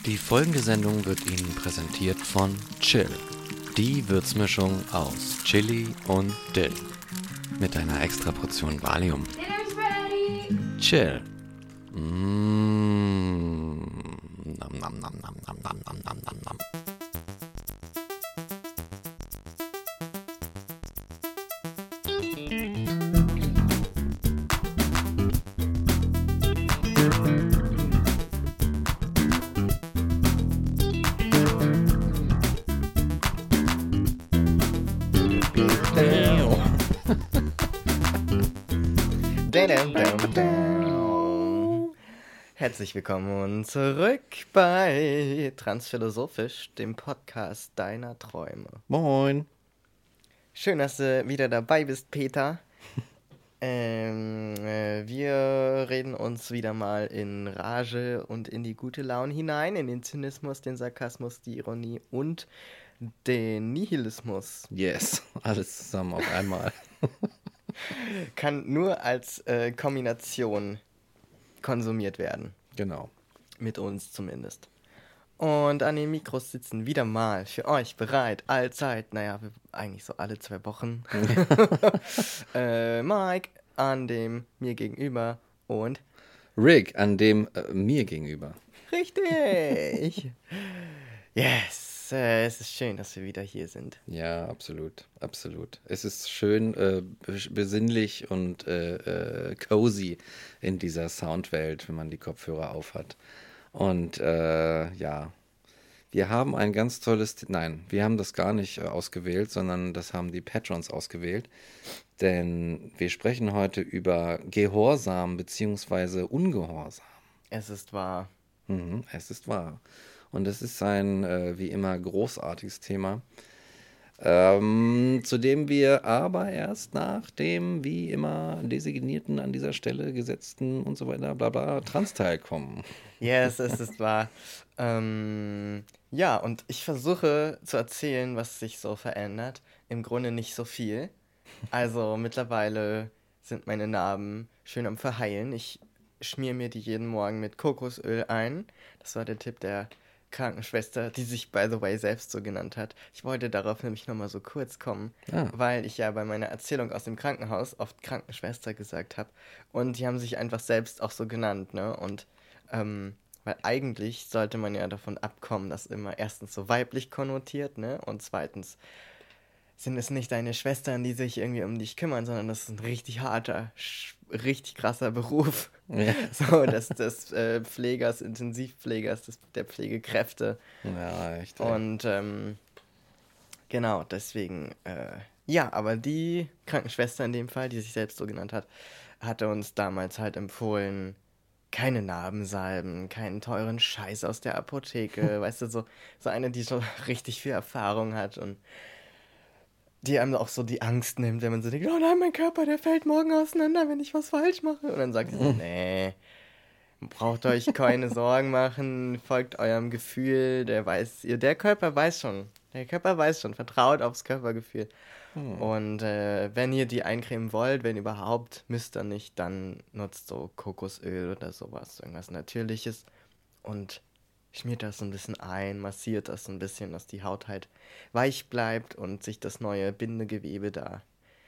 Die folgende Sendung wird Ihnen präsentiert von Chill. Die Würzmischung aus Chili und Dill. Mit einer extra Portion Valium. Dinner's ready! Chill. Nam, nam, nam, nam, nam, nam, nam, nam, nam, nam. Herzlich willkommen zurück bei Transphilosophisch, dem Podcast deiner Träume. Moin. Schön, dass du wieder dabei bist, Peter. Wir reden uns wieder mal in Rage und in die gute Laune hinein, in den Zynismus, den Sarkasmus, die Ironie und den Nihilismus. Yes, alles zusammen auf einmal. Kann nur als Kombination konsumiert werden. Genau. Mit uns zumindest. Und an den Mikros sitzen wieder mal für euch bereit, allzeit, eigentlich so alle 2 Wochen. Mike an dem mir gegenüber und Rick an dem mir gegenüber. richtig. Yes, es ist schön, dass wir wieder hier sind. Ja, absolut, absolut. Es ist schön besinnlich und cozy in dieser Soundwelt, wenn man die Kopfhörer aufhat. Und ja, wir haben ein ganz tolles, wir haben das gar nicht ausgewählt, sondern das haben die Patrons ausgewählt. Denn wir sprechen heute über Gehorsam bzw. Ungehorsam. Es ist wahr. Es ist wahr. Und es ist ein, wie immer, großartiges Thema, zu dem wir aber erst nach dem, wie immer, designierten, an dieser Stelle gesetzten und so weiter, bla bla, Transteil kommen. Yes, es ist wahr. Ja, und ich versuche zu erzählen, was sich so verändert. Im Grunde nicht so viel. Also mittlerweile sind meine Narben schön am Verheilen. Ich schmier mir die jeden Morgen mit Kokosöl ein. Das war der Tipp der Krankenschwester, die sich, by the way, selbst so genannt hat. Ich wollte darauf nämlich nochmal so kurz kommen, weil ich ja bei meiner Erzählung aus dem Krankenhaus oft Krankenschwester gesagt habe. Und die haben sich einfach selbst auch so genannt, ne? Und, weil eigentlich sollte man ja davon abkommen, dass immer erstens so weiblich konnotiert, ne? Und zweitens sind es nicht deine Schwestern, die sich irgendwie um dich kümmern, sondern das ist ein richtig harter, richtig krasser Beruf. Ja. So, des Pflegers, Intensivpflegers, der Pflegekräfte. Ja, echt. Und genau, deswegen, ja, aber die Krankenschwester in dem Fall, die sich selbst so genannt hat, hatte uns damals halt empfohlen, keine Narbensalben, keinen teuren Scheiß aus der Apotheke, weißt du, so eine, die so richtig viel Erfahrung hat und die einem auch so die Angst nimmt, wenn man so denkt, oh nein, mein Körper, der fällt morgen auseinander, wenn ich was falsch mache. Und dann sagt sie so, nee, braucht euch keine Sorgen machen, folgt eurem Gefühl, der Körper weiß schon, vertraut aufs Körpergefühl. Und wenn ihr die eincremen wollt, wenn überhaupt, müsst ihr nicht, dann nutzt so Kokosöl oder sowas, irgendwas Natürliches und schmiert das so ein bisschen ein, massiert das so ein bisschen, dass die Haut halt weich bleibt und sich das neue Bindegewebe da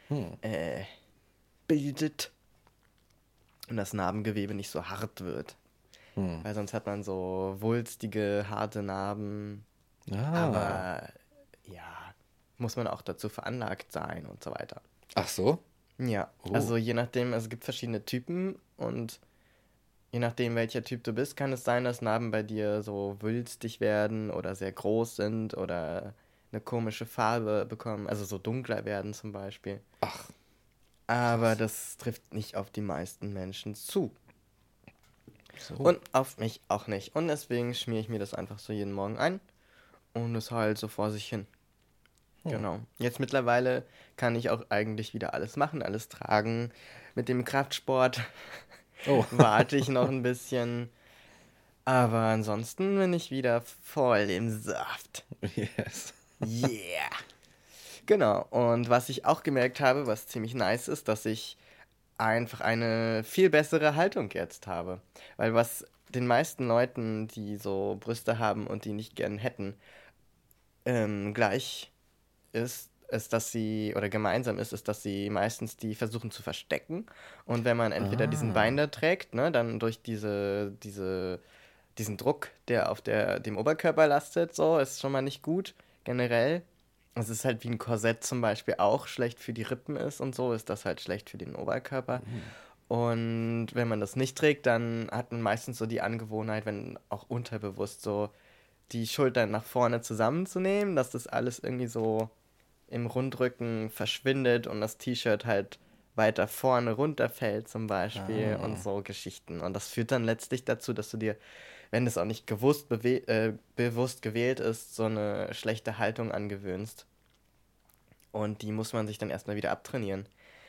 bildet und das Narbengewebe nicht so hart wird. Weil sonst hat man so wulstige, harte Narben. Aber ja, muss man auch dazu veranlagt sein und so weiter. Ach so? Ja, also je nachdem, es gibt verschiedene Typen und je nachdem, welcher Typ du bist, kann es sein, dass Narben bei dir so wülstig werden oder sehr groß sind oder eine komische Farbe bekommen, also so dunkler werden zum Beispiel. Ach. Aber das trifft nicht auf die meisten Menschen zu. So. Und auf mich auch nicht. Und deswegen schmiere ich mir das einfach so jeden Morgen ein und es heilt so vor sich hin. Genau. Jetzt mittlerweile kann ich auch eigentlich wieder alles machen, alles tragen. Mit dem Kraftsport warte ich noch ein bisschen. Aber ansonsten bin ich wieder voll im Saft. Yes. Yeah. Genau. Und was ich auch gemerkt habe, was ziemlich nice ist, dass ich einfach eine viel bessere Haltung jetzt habe. Weil was den meisten Leuten, die so Brüste haben und die nicht gern hätten, gleich ist, dass sie, oder gemeinsam ist, dass sie meistens die versuchen zu verstecken. Und wenn man entweder diesen Ah. Binder trägt, ne, dann durch diesen Druck, der auf dem Oberkörper lastet, so, ist schon mal nicht gut, generell. Es ist halt wie ein Korsett zum Beispiel auch schlecht für die Rippen ist und so, ist das halt schlecht für den Oberkörper. Und wenn man das nicht trägt, dann hat man meistens so die Angewohnheit, wenn auch unterbewusst so die Schultern nach vorne zusammenzunehmen, dass das alles irgendwie so im Rundrücken verschwindet und das T-Shirt halt weiter vorne runterfällt zum Beispiel und Ah. so Geschichten. Und das führt dann letztlich dazu, dass du dir, wenn es auch nicht bewusst gewählt ist, so eine schlechte Haltung angewöhnst. Und die muss man sich dann erstmal wieder abtrainieren.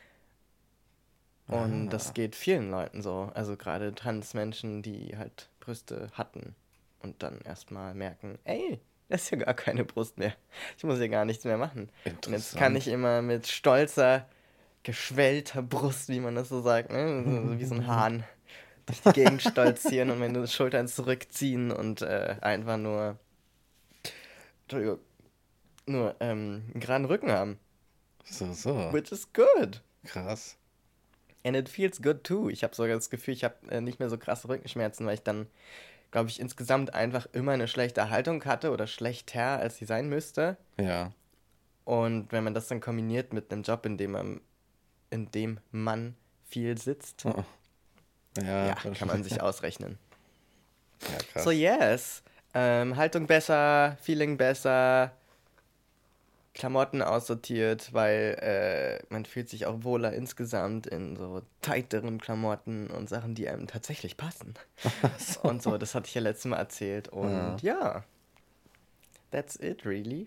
Und das Ah. geht vielen Leuten so. Also gerade Transmenschen, die halt Brüste hatten und dann erstmal merken, ey, das ist ja gar keine Brust mehr. Ich muss ja gar nichts mehr machen. Und jetzt kann ich Interessant. immer mit stolzer, geschwellter Brust, wie man das so sagt, ne? So wie so ein Hahn durch die Gegend stolzieren und meine Schultern zurückziehen und einfach Entschuldigung, nur einen geraden Rücken haben. So. Which is good. Krass. And it feels good too. Ich habe sogar das Gefühl, ich habe nicht mehr so krasse Rückenschmerzen, weil ich dann, glaube ich, insgesamt einfach immer eine schlechte Haltung hatte oder schlechter, als sie sein müsste. Ja. Und wenn man das dann kombiniert mit einem Job, in dem man viel sitzt, Oh. Ja, ja, kann man sich ausrechnen. Ja, So, krass. yes. Haltung besser, Feeling besser, Klamotten aussortiert, weil man fühlt sich auch wohler insgesamt in so tighteren Klamotten und Sachen, die einem tatsächlich passen. Und so, das hatte ich ja letztes Mal erzählt. Und ja, that's it, really.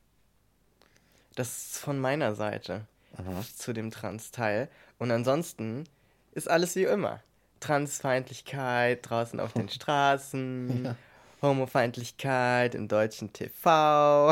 Das ist von meiner Seite zu dem Trans-Teil. Und ansonsten ist alles wie immer. Transfeindlichkeit draußen auf den Straßen, Ja. Homofeindlichkeit im deutschen TV,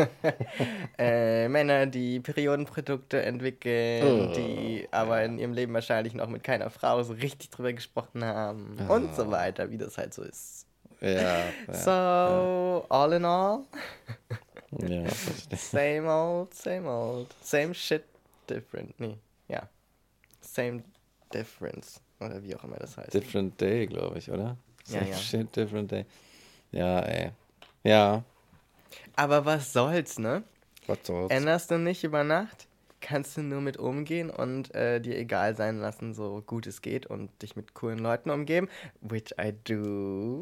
Männer, die Periodenprodukte entwickeln, die aber in ihrem Leben wahrscheinlich noch mit keiner Frau so richtig drüber gesprochen haben und so weiter, wie das halt so ist. Ja, So, all in all, ja, verstehe. same old, same shit, different. Nee, ja, same difference. Oder wie auch immer das heißt. Different day, glaube ich, oder? Ja, Same ja. shit, different day. Ja, ey. Ja, Aber was soll's, ne? was soll's. Änderst du nicht über Nacht, kannst du nur mit umgehen und dir egal sein lassen, so gut es geht und dich mit coolen Leuten umgeben, which I do.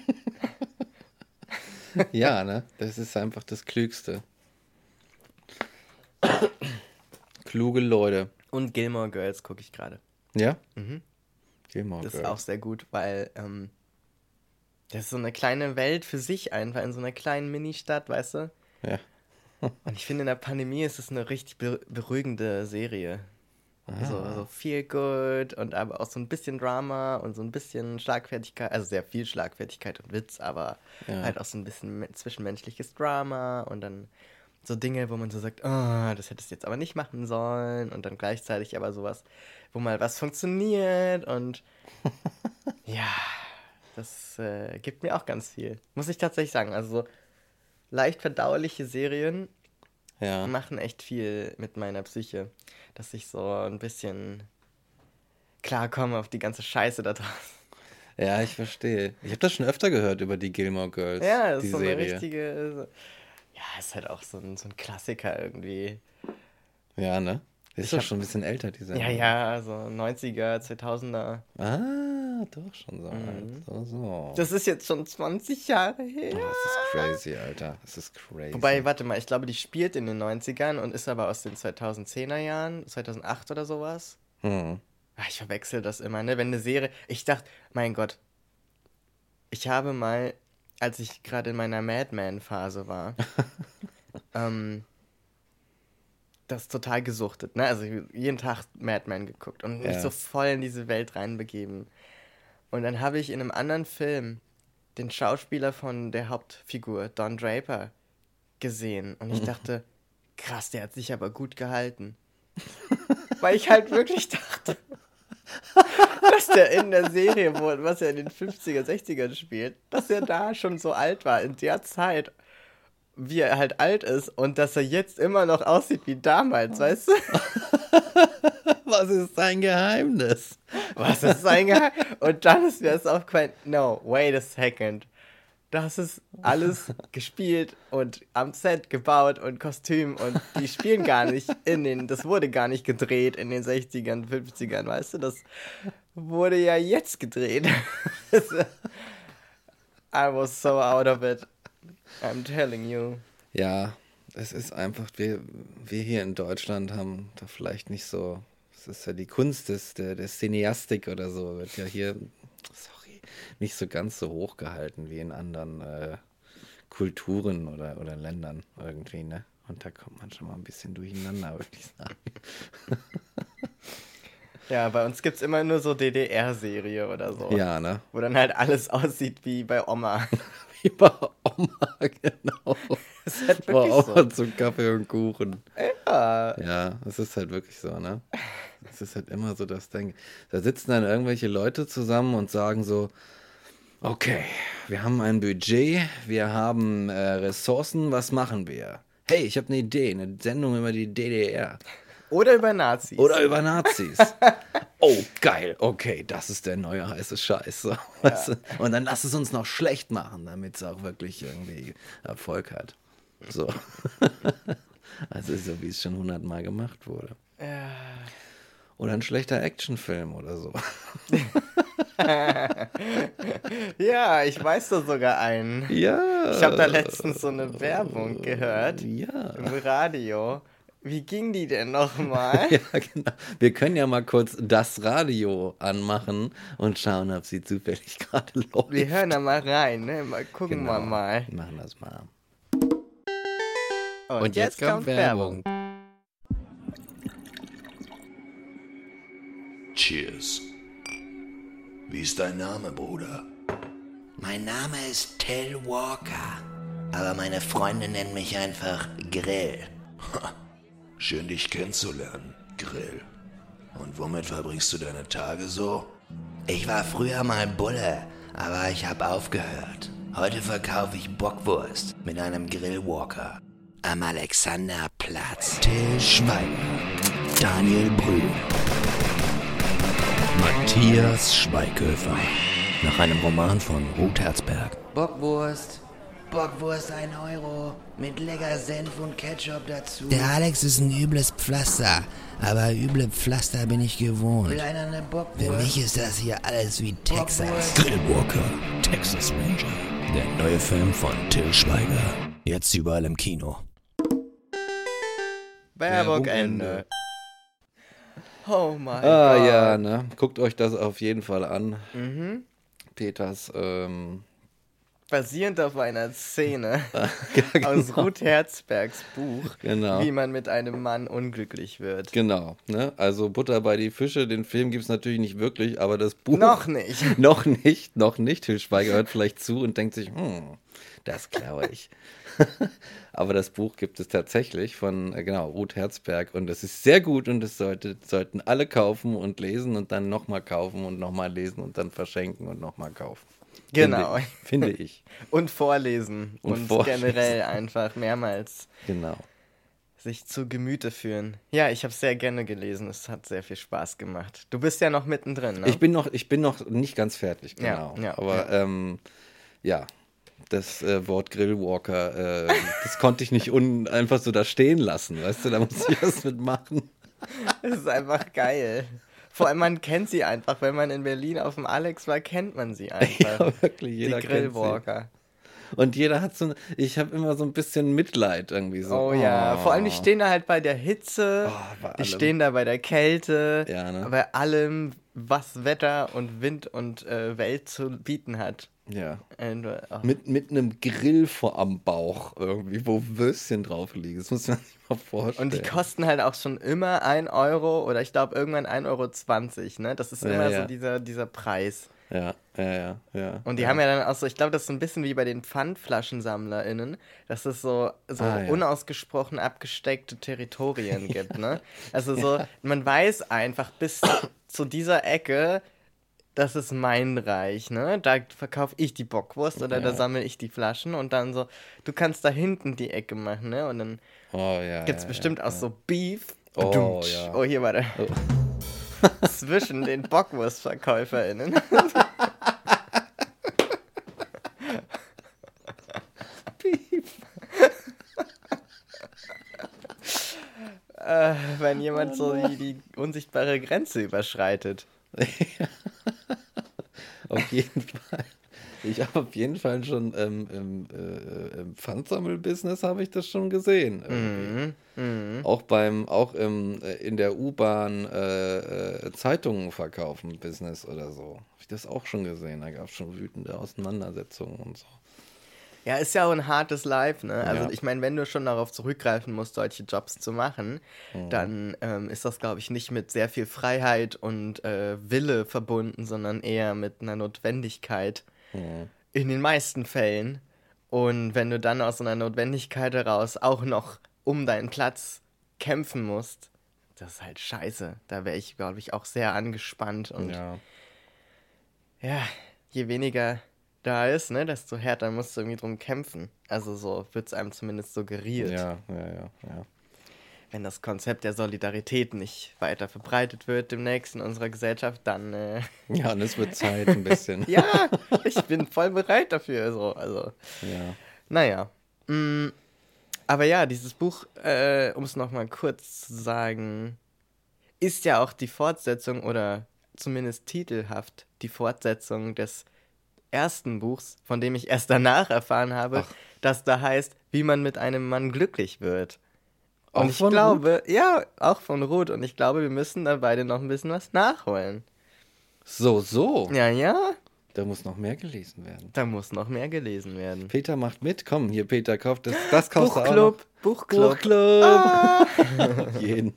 Ja, ne? Das ist einfach das Klügste. Kluge Leute. Und Gilmore Girls gucke ich gerade. Ja? Mhm. Gilmore Das ist Girls. auch sehr gut, weil das ist so eine kleine Welt für sich einfach, in so einer kleinen Ministadt, weißt du? Ja. Und ich finde, in der Pandemie ist es eine richtig beruhigende Serie. So feel good und aber auch so ein bisschen Drama und so ein bisschen Schlagfertigkeit, also sehr viel Schlagfertigkeit und Witz, aber Ja. halt auch so ein bisschen zwischenmenschliches Drama und dann so Dinge, wo man so sagt, oh, das hättest du jetzt aber nicht machen sollen und dann gleichzeitig aber sowas, wo mal was funktioniert und ja, das gibt mir auch ganz viel. Muss ich tatsächlich sagen, also so leicht verdauliche Serien Ja. machen echt viel mit meiner Psyche, dass ich so ein bisschen klarkomme auf die ganze Scheiße da draußen. Ja, ich verstehe. Ich habe das schon öfter gehört über die Gilmore Girls, Ja, das die ist so eine Serie. richtige. Ja, ist halt auch so ein Klassiker irgendwie. Ja, ne? Ist Ich doch hab- schon ein bisschen älter, die Sendung. Ja, so 90er, 2000er. Ah, doch schon so alt. So. Das ist jetzt schon 20 Jahre her. Oh, das ist crazy, Alter. Das ist crazy. Wobei, warte mal, ich glaube, die spielt in den 90ern und ist aber aus den 2010er Jahren, 2008 oder sowas. Hm. Ich verwechsel das immer, ne? Wenn eine Serie. Ich dachte, mein Gott, ich habe mal, als ich gerade in meiner Madman-Phase war, das total gesuchtet, ne? Also jeden Tag Madman geguckt und mich Ja. so voll in diese Welt reinbegeben. Und dann habe ich in einem anderen Film den Schauspieler von der Hauptfigur, Don Draper, gesehen. Und ich dachte, krass, der hat sich aber gut gehalten. Weil ich halt wirklich dachte, dass der in der Serie, was er in den 50er, 60ern spielt, dass er da schon so alt war in der Zeit, wie er halt alt ist und dass er jetzt immer noch aussieht wie damals, weißt du? Was ist sein Geheimnis? Was ist sein Geheimnis? Und dann ist mir das aufgefallen, no, wait a second. Das ist alles gespielt und am Set gebaut und Kostüm und die spielen gar nicht das wurde gar nicht gedreht in den 60ern, 50ern, weißt du? Das wurde ja jetzt gedreht. I was so out of it. I'm telling you. Ja, es ist einfach, wir hier in Deutschland haben da vielleicht nicht so, es ist ja die Kunst der Cineastik oder so, wird ja hier, sorry, nicht so ganz so hoch gehalten wie in anderen Kulturen oder Ländern irgendwie, ne? Und da kommt man schon mal ein bisschen durcheinander, würde ich sagen. Ja, bei uns gibt's immer nur so DDR-Serie oder so. Ja, ne? Wo dann halt alles aussieht wie bei Oma. Wie bei Oma, genau. Das ist halt Bei wirklich Oma so. zum Kaffee und Kuchen. Ja. Ja, es ist halt wirklich so, ne? Es ist halt immer so das Ding. Da sitzen dann irgendwelche Leute zusammen und sagen so, okay, wir haben ein Budget, wir haben Ressourcen, was machen wir? Hey, ich habe eine Idee, eine Sendung über die DDR. Oder über Nazis. Oder über Nazis. Oh, geil. Okay, das ist der neue heiße Scheiß. So, weißt du? Und dann lass es uns noch schlecht machen, damit es auch wirklich irgendwie Erfolg hat. So. Also so, wie es schon 100-mal gemacht wurde. Ja. Oder ein schlechter Actionfilm oder so. Ja, ich weiß da sogar einen. Ja. Ich habe da letztens so eine Werbung gehört Ja. im Radio. Wie ging die denn nochmal? Ja, genau. Wir können ja mal kurz das Radio anmachen und schauen, ob sie zufällig gerade läuft. Wir hören da mal rein, ne? Mal gucken wir mal. Wir machen das mal. Und jetzt kommt Werbung. Cheers. Wie ist dein Name, Bruder? Mein Name ist Till Walker, aber meine Freunde nennen mich einfach Grill. Schön, dich kennenzulernen, Grill. Und womit verbringst du deine Tage so? Ich war früher mal Bulle, aber ich habe aufgehört. Heute verkaufe ich Bockwurst mit einem Grillwalker. Am Alexanderplatz. Till Schweiger, Daniel Brühl, Matthias Schweighöfer. Nach einem Roman von Ruth Herzberg. Bockwurst 1 Euro. Mit lecker Senf und Ketchup dazu. Der Alex ist ein übles Pflaster, aber üble Pflaster bin ich gewohnt. Will einer eine Bockwurst? Für mich ist das hier alles wie Texas. Grillwalker, Texas Ranger. Der neue Film von Till Schweiger. Jetzt überall im Kino. Werbung Ende. Oh mein Ah Gott. ja, ne? Guckt euch das auf jeden Fall an. Mhm. Peters, Basierend auf einer Szene genau. aus Ruth Herzbergs Buch, Genau. wie man mit einem Mann unglücklich wird. Genau, ne? Also Butter bei die Fische, den Film gibt es natürlich nicht wirklich, aber das Buch... Noch nicht. Noch nicht. Til Schweiger hört vielleicht zu und denkt sich, das glaube ich. Aber das Buch gibt es tatsächlich von, genau, Ruth Herzberg und es ist sehr gut und es sollten alle kaufen und lesen und dann nochmal kaufen und nochmal lesen und dann verschenken und nochmal kaufen. Genau. Finde ich. Und vorlesen. Und vorlesen. generell einfach mehrmals Genau. sich zu Gemüte führen. Ja, ich habe sehr gerne gelesen. Es hat sehr viel Spaß gemacht. Du bist ja noch mittendrin, ne? Ich bin noch nicht ganz fertig, genau. Ja, ja, Aber ja, das Wort Grillwalker, das konnte ich nicht einfach so da stehen lassen, weißt du, da muss ich was mitmachen. Das ist einfach geil. Vor allem, man kennt sie einfach. Wenn man in Berlin auf dem Alex war, kennt man sie einfach. Ja, wirklich, jeder Die kennt Grillwalker. sie. Und jeder hat so, ich habe immer so ein bisschen Mitleid irgendwie so. Oh ja, vor allem die stehen da halt bei der Hitze, bei die allem. stehen da bei der Kälte, Ja, ne? bei allem, was Wetter und Wind und Welt zu bieten hat. Ja. Und, oh. Mit einem Grill am Bauch irgendwie, wo Würstchen drauf liegen. Das muss man sich mal vorstellen. Und die kosten halt auch schon immer 1 Euro oder ich glaube irgendwann 1,20 Euro, ne? Das ist Ja, immer ja. so dieser Preis. Ja. Und die haben ja dann auch so, ich glaube, das ist so ein bisschen wie bei den PfandflaschensammlerInnen, dass es so ja. unausgesprochen abgesteckte Territorien gibt, ne? Also so, man weiß einfach, bis zu dieser Ecke, das ist mein Reich, ne? Da verkaufe ich die Bockwurst oder da sammle ich die Flaschen und dann so, du kannst da hinten die Ecke machen, ne? Und dann gibt's bestimmt auch so Beef. Oh, ja. Oh, hier war der. Zwischen den BockwurstverkäuferInnen. Wenn jemand so die unsichtbare Grenze überschreitet. Auf jeden Fall. Ich habe auf jeden Fall schon im Pfandsammel-Business habe ich das schon gesehen. Auch in der U-Bahn Zeitungen verkaufen Business oder so. Habe ich das auch schon gesehen. Da gab es schon wütende Auseinandersetzungen und so. Ja, ist ja auch ein hartes Life, ne? Also Ja. ich meine, wenn du schon darauf zurückgreifen musst, solche Jobs zu machen, dann ist das, glaube ich, nicht mit sehr viel Freiheit und Wille verbunden, sondern eher mit einer Notwendigkeit in den meisten Fällen. Und wenn du dann aus so einer Notwendigkeit heraus auch noch um deinen Platz kämpfen musst, das ist halt scheiße. Da wäre ich, glaube ich, auch sehr angespannt und ja, je weniger da ist, ne, desto härter musst du irgendwie drum kämpfen. Also so wird es einem zumindest suggeriert. Ja. Wenn das Konzept der Solidarität nicht weiter verbreitet wird demnächst in unserer Gesellschaft, dann Ja, und es wird Zeit ein bisschen. ja, ich bin voll bereit dafür. So. Also, Ja. naja. Aber ja, dieses Buch, um es nochmal kurz zu sagen, ist ja auch die Fortsetzung oder zumindest titelhaft die Fortsetzung des ersten Buchs, von dem ich erst danach erfahren habe, dass da heißt, wie man mit einem Mann glücklich wird. Und Auch ich von glaube, ja, auch von Ruth. Und ich glaube, wir müssen da beide noch ein bisschen was nachholen. So. Ja, Da muss noch mehr gelesen werden. da muss noch mehr gelesen werden. Peter macht mit. Komm, hier, Peter, kauf das kaufst du auch noch. Buchclub. Buchclub. Jeden.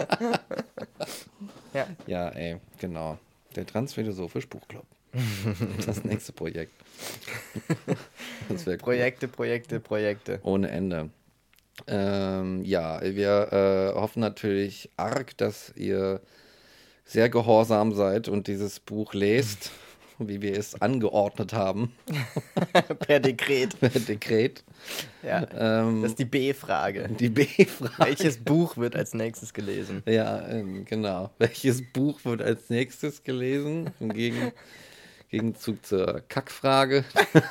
Ja. Ja, ey, genau. Der Transphilosophisch Buchclub. Das nächste Projekt. Das wäre Projekte. ohne Ende. Ja, wir hoffen natürlich arg, dass ihr sehr gehorsam seid und dieses Buch lest, wie wir es angeordnet haben, Per Dekret. per Dekret. Ja. Das ist die B-Frage. Die B-Frage. Welches Buch wird als nächstes gelesen? Ja, genau. Welches Buch wird als nächstes gelesen? Im Gegenzug zur Kackfrage.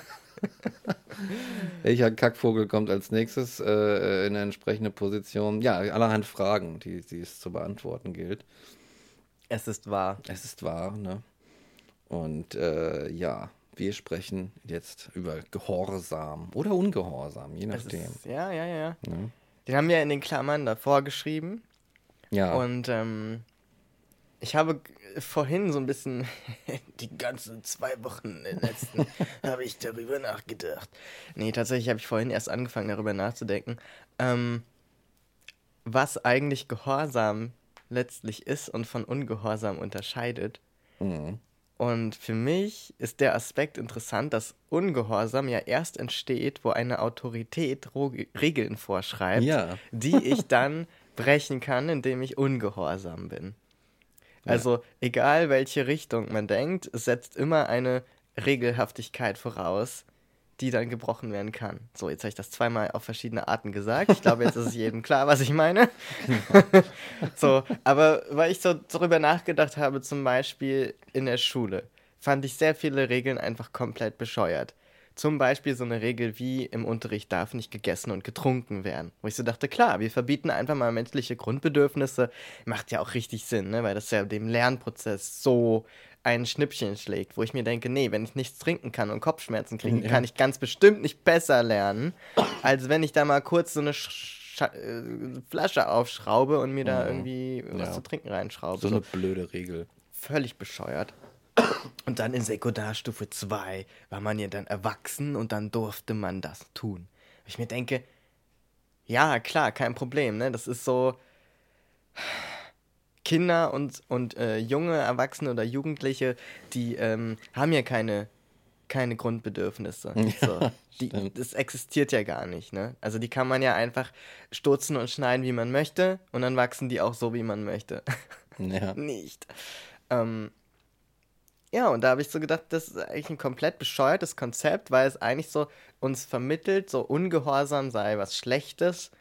Welcher Kackvogel kommt als nächstes in eine entsprechende Position? Ja, allerhand Fragen, die es zu beantworten gilt. Es ist wahr. Es ist wahr, ne? Und ja, wir sprechen jetzt über Gehorsam oder Ungehorsam, je Es nachdem. ist, ja. Ne? Den haben wir in den Klammern davor geschrieben. Ja, Und ich habe vorhin so ein bisschen, die ganzen 2 Wochen in den letzten, habe ich darüber nachgedacht. Nee, tatsächlich habe ich vorhin erst angefangen, darüber nachzudenken, was eigentlich Gehorsam letztlich ist und von Ungehorsam unterscheidet. Und für mich ist der Aspekt interessant, dass Ungehorsam ja erst entsteht, wo eine Autorität Regeln vorschreibt, Ja. die ich dann brechen kann, indem ich ungehorsam bin. Also egal welche Richtung man denkt, es setzt immer eine Regelhaftigkeit voraus, die dann gebrochen werden kann. So, jetzt habe ich das zweimal auf verschiedene Arten gesagt. Ich glaube, jetzt ist es jedem klar, was ich meine. So, aber weil ich so darüber nachgedacht habe, zum Beispiel in der Schule, fand ich sehr viele Regeln einfach komplett bescheuert. Zum Beispiel so eine Regel wie im Unterricht darf nicht gegessen und getrunken werden. Wo ich so dachte, klar, wir verbieten einfach mal menschliche Grundbedürfnisse. Macht ja auch richtig Sinn, ne? Weil das ja dem Lernprozess so ein Schnippchen schlägt. Wo ich mir denke, nee, wenn ich nichts trinken kann und Kopfschmerzen kriege, kann ich ganz bestimmt nicht besser lernen, als wenn ich da mal kurz so eine Flasche aufschraube und mir da irgendwie was zu trinken reinschraube. so eine blöde Regel. Völlig bescheuert. Und dann in Sekundarstufe 2 war man ja dann erwachsen und dann durfte man das tun. Ich mir denke, ja, klar, kein Problem, ne? Das ist so, Kinder und junge Erwachsene oder Jugendliche, die haben ja keine Grundbedürfnisse. So. Das existiert ja gar nicht, ne? Also die kann man ja einfach stutzen und schneiden, wie man möchte, und dann wachsen die auch so, wie man möchte. Ja. Nicht. Ja, und da habe ich so gedacht, das ist eigentlich ein komplett bescheuertes Konzept, weil es eigentlich so uns vermittelt, so Ungehorsam sei was Schlechtes,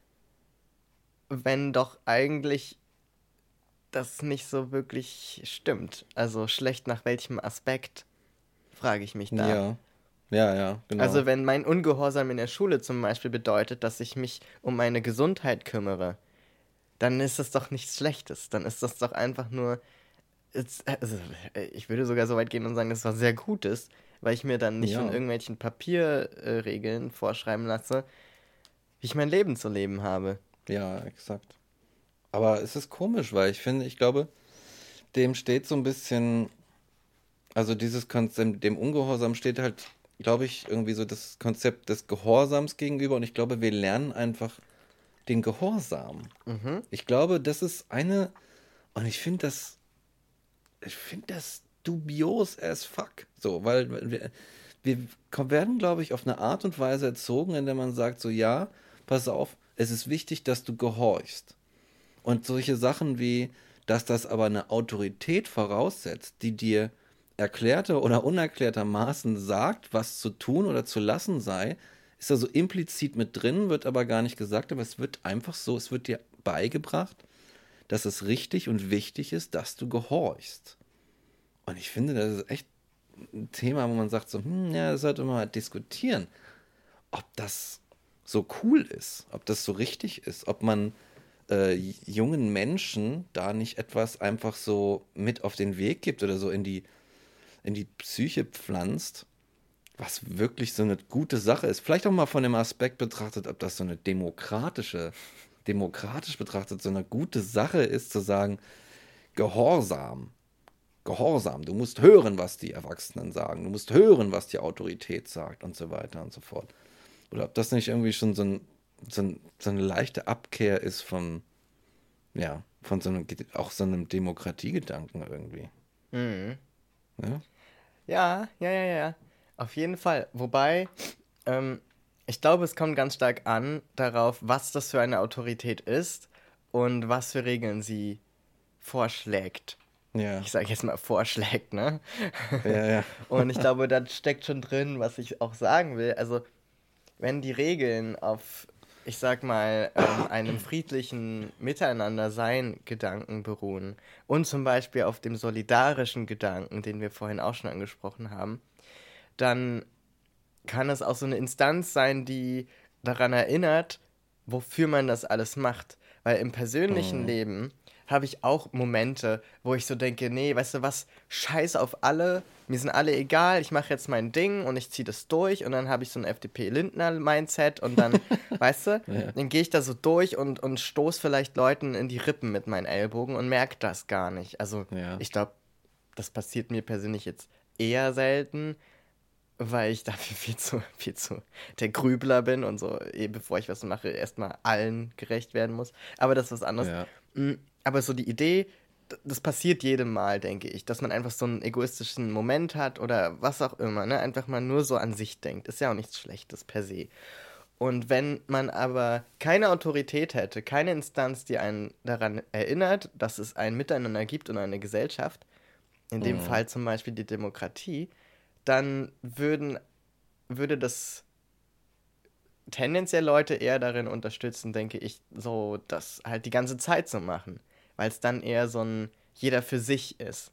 wenn doch eigentlich das nicht so wirklich stimmt. Also schlecht nach welchem Aspekt, frage ich mich da. Ja. Ja, ja, genau. Also wenn mein Ungehorsam in der Schule zum Beispiel bedeutet, dass ich mich um meine Gesundheit kümmere, dann ist das doch nichts Schlechtes. Dann ist das doch einfach nur, also ich würde sogar so weit gehen und sagen, dass es was sehr Gutes, weil ich mir dann nicht Ja. von irgendwelchen Papierregeln vorschreiben lasse, wie ich mein Leben zu leben habe. Ja, exakt. Aber es ist komisch, weil ich glaube, dem steht so ein bisschen, also dieses Konzept, dem Ungehorsam steht halt, glaube ich, irgendwie so das Konzept des Gehorsams gegenüber und ich glaube, wir lernen einfach den Gehorsam. Ich glaube, das ist und ich finde das dubios as fuck. So, weil wir werden, glaube ich, auf eine Art und Weise erzogen, in der man sagt, so, ja, pass auf, es ist wichtig, dass du gehorchst. Und solche Sachen wie, dass das aber eine Autorität voraussetzt, die dir erklärter oder unerklärtermaßen sagt, was zu tun oder zu lassen sei, ist da so implizit mit drin, wird aber gar nicht gesagt, aber es wird einfach so, es wird dir beigebracht, dass es richtig und wichtig ist, dass du gehorchst. Und ich finde, das ist echt ein Thema, wo man sagt so, ja, das sollte man halt diskutieren, ob das so cool ist, ob das so richtig ist, ob man jungen Menschen da nicht etwas einfach so mit auf den Weg gibt oder so in die Psyche pflanzt, was wirklich so eine gute Sache ist. Vielleicht auch mal von dem Aspekt betrachtet, ob das so eine demokratisch betrachtet, so eine gute Sache ist, zu sagen, Gehorsam, du musst hören, was die Erwachsenen sagen, du musst hören, was die Autorität sagt und so weiter und so fort. Oder ob das nicht irgendwie schon so eine leichte Abkehr ist von auch so einem Demokratiegedanken irgendwie. Ja? Ja. Auf jeden Fall. Wobei, ich glaube, es kommt ganz stark an darauf, was das für eine Autorität ist und was für Regeln sie vorschlägt. Ja. Ich sage jetzt mal vorschlägt, ne? Ja. Und ich glaube, da steckt schon drin, was ich auch sagen will. Also, wenn die Regeln auf, ich sag mal, einem friedlichen Miteinander-Sein-Gedanken beruhen und zum Beispiel auf dem solidarischen Gedanken, den wir vorhin auch schon angesprochen haben, dann kann es auch so eine Instanz sein, die daran erinnert, wofür man das alles macht. Weil im persönlichen Leben habe ich auch Momente, wo ich so denke, nee, weißt du was, scheiß auf alle, mir sind alle egal, ich mache jetzt mein Ding und ich ziehe das durch und dann habe ich so ein FDP-Lindner-Mindset und dann, weißt du, dann gehe ich da so durch und stoß vielleicht Leuten in die Rippen mit meinen Ellbogen und merke das gar nicht. Also ich glaube, das passiert mir persönlich jetzt eher selten, weil ich dafür viel zu der Grübler bin und so, bevor ich was mache, erstmal allen gerecht werden muss. Aber das ist was anderes. Ja. Aber so die Idee, das passiert jedem Mal, denke ich, dass man einfach so einen egoistischen Moment hat oder was auch immer, ne? Einfach mal nur so an sich denkt. Ist ja auch nichts Schlechtes per se. Und wenn man aber keine Autorität hätte, keine Instanz, die einen daran erinnert, dass es ein Miteinander gibt und eine Gesellschaft, in dem Fall zum Beispiel die Demokratie, dann würde das tendenziell Leute eher darin unterstützen, denke ich, so das halt die ganze Zeit zu machen. Weil es dann eher so ein jeder für sich ist.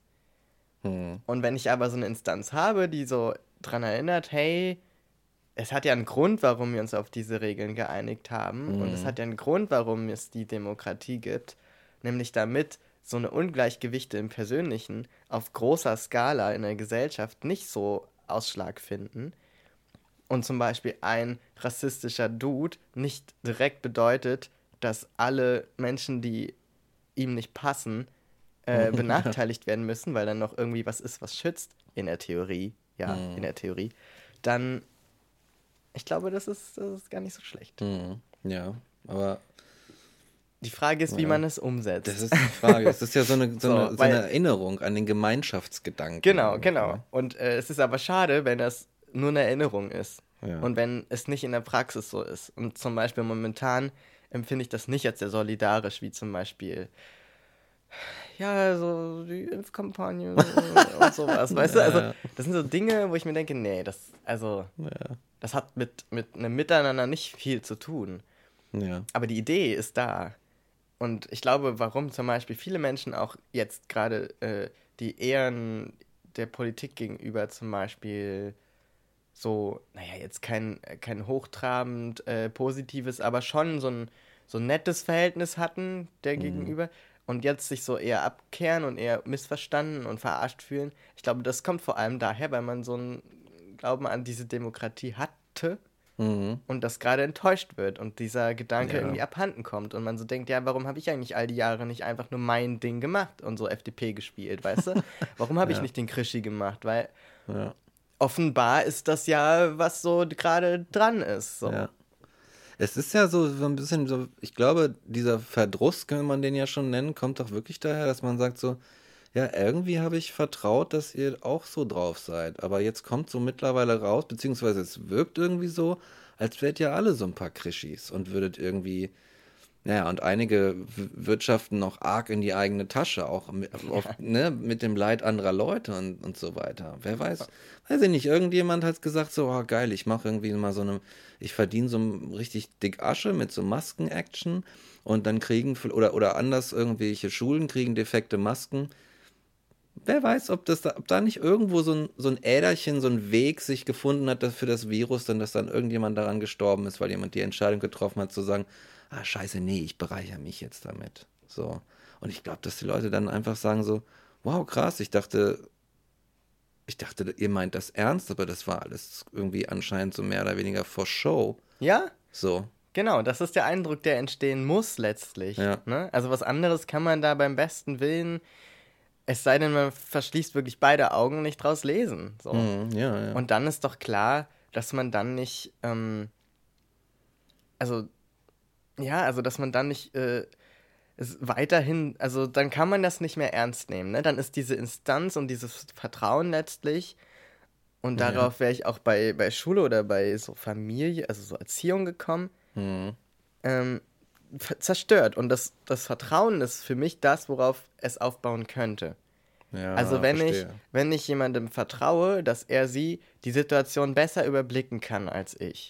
Und wenn ich aber so eine Instanz habe, die so dran erinnert, hey, es hat ja einen Grund, warum wir uns auf diese Regeln geeinigt haben. Und es hat ja einen Grund, warum es die Demokratie gibt. Nämlich damit so eine Ungleichgewichte im Persönlichen auf großer Skala in der Gesellschaft nicht so Ausschlag finden. Und zum Beispiel ein rassistischer Dude nicht direkt bedeutet, dass alle Menschen, die ihm nicht passen, benachteiligt werden müssen, weil dann noch irgendwie was ist, was schützt, in der Theorie, in der Theorie, dann, ich glaube, das ist gar nicht so schlecht. Ja, aber die Frage ist, wie man es umsetzt. das ist die Frage. Es ist ja so eine Erinnerung an den Gemeinschaftsgedanken. Genau. Und es ist aber schade, wenn das nur eine Erinnerung ist. Ja. Und wenn es nicht in der Praxis so ist. Und zum Beispiel momentan empfinde ich das nicht als sehr solidarisch, wie zum Beispiel, ja, so die Impfkampagne und sowas, weißt du? Also, das sind so Dinge, wo ich mir denke, nee, das hat mit einem Miteinander nicht viel zu tun. Ja. Aber die Idee ist da. Und ich glaube, warum zum Beispiel viele Menschen auch jetzt gerade die Ehren der Politik gegenüber zum Beispiel so, naja, jetzt kein hochtrabend positives, aber schon so ein nettes Verhältnis hatten der Gegenüber und jetzt sich so eher abkehren und eher missverstanden und verarscht fühlen. Ich glaube, das kommt vor allem daher, weil man so einen Glauben an diese Demokratie hatte und das gerade enttäuscht wird und dieser Gedanke irgendwie abhanden kommt und man so denkt, ja, warum habe ich eigentlich all die Jahre nicht einfach nur mein Ding gemacht und so FDP gespielt, weißt du? Warum habe ich nicht den Krischi gemacht? Weil offenbar ist das ja, was so gerade dran ist. So. Ja. Es ist ja so ein bisschen so, ich glaube, dieser Verdruss, kann man den ja schon nennen, kommt doch wirklich daher, dass man sagt so, ja, irgendwie habe ich vertraut, dass ihr auch so drauf seid. Aber jetzt kommt so mittlerweile raus, beziehungsweise es wirkt irgendwie so, als wärt ihr alle so ein paar Krischis und würdet irgendwie, naja, und einige wirtschaften noch arg in die eigene Tasche, auch oft, ne, mit dem Leid anderer Leute und so weiter. Wer weiß, weiß ich nicht, irgendjemand hat gesagt so, oh geil, ich mache irgendwie mal ich verdiene so richtig dick Asche mit so Masken-Action und dann oder anders irgendwelche Schulen kriegen defekte Masken. Wer weiß, ob da nicht irgendwo so ein Äderchen, so ein Weg sich gefunden hat für das Virus, dass dann irgendjemand daran gestorben ist, weil jemand die Entscheidung getroffen hat zu sagen, ah, scheiße, nee, ich bereichere mich jetzt damit. So. Und ich glaube, dass die Leute dann einfach sagen so, wow, krass, ich dachte, ihr meint das ernst, aber das war alles irgendwie anscheinend so mehr oder weniger for show. Ja? So. Genau, das ist der Eindruck, der entstehen muss letztlich. Ja. Ne? Also was anderes kann man da beim besten Willen, es sei denn, man verschließt wirklich beide Augen, nicht draus lesen. So. Ja. Und dann ist doch klar, dass man dann nicht, dass man dann nicht es weiterhin, also dann kann man das nicht mehr ernst nehmen. Ne? Dann ist diese Instanz und dieses Vertrauen letztlich, und darauf wäre ich auch bei Schule oder bei so Familie, also so Erziehung gekommen, zerstört. Und das Vertrauen ist für mich das, worauf es aufbauen könnte. Ja, Also wenn ich jemandem vertraue, dass er die Situation besser überblicken kann als ich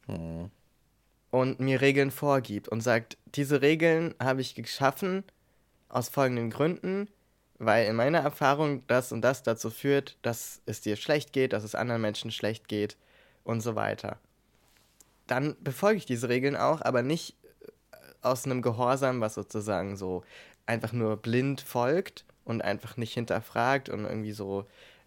und mir Regeln vorgibt und sagt, diese Regeln habe ich geschaffen aus folgenden Gründen, weil in meiner Erfahrung das und das dazu führt, dass es dir schlecht geht, dass es anderen Menschen schlecht geht und so weiter. Dann befolge ich diese Regeln auch, aber nicht aus einem Gehorsam, was sozusagen so einfach nur blind folgt und einfach nicht hinterfragt und irgendwie so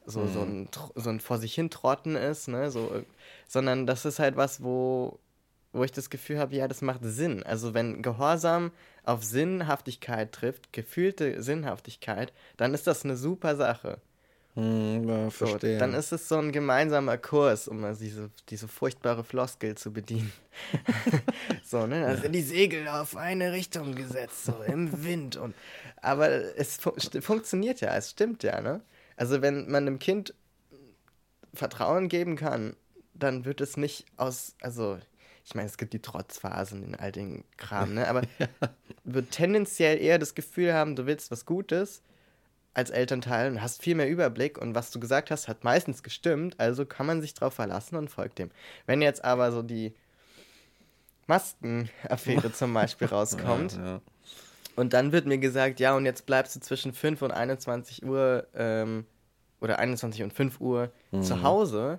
ein vor sich hin Trotten ist, ne? Sondern das ist halt was, wo ich das Gefühl habe, ja, das macht Sinn. Also wenn Gehorsam auf Sinnhaftigkeit trifft, gefühlte Sinnhaftigkeit, dann ist das eine super Sache. Ja, verstehe. Dann ist es so ein gemeinsamer Kurs, um mal diese furchtbare Floskel zu bedienen. So, ne? Da sind die Segel auf eine Richtung gesetzt, so im Wind. Aber es funktioniert ja, es stimmt ja, ne? Also wenn man einem Kind Vertrauen geben kann, dann wird es nicht ich meine, es gibt die Trotzphasen in all den Kram, ne? Aber wird tendenziell eher das Gefühl haben, du willst was Gutes als Elternteil und hast viel mehr Überblick und was du gesagt hast, hat meistens gestimmt, also kann man sich drauf verlassen und folgt dem. Wenn jetzt aber so die Maskenaffäre zum Beispiel rauskommt und dann wird mir gesagt, ja, und jetzt bleibst du zwischen 5 und 21 Uhr oder 21 und 5 Uhr zu Hause,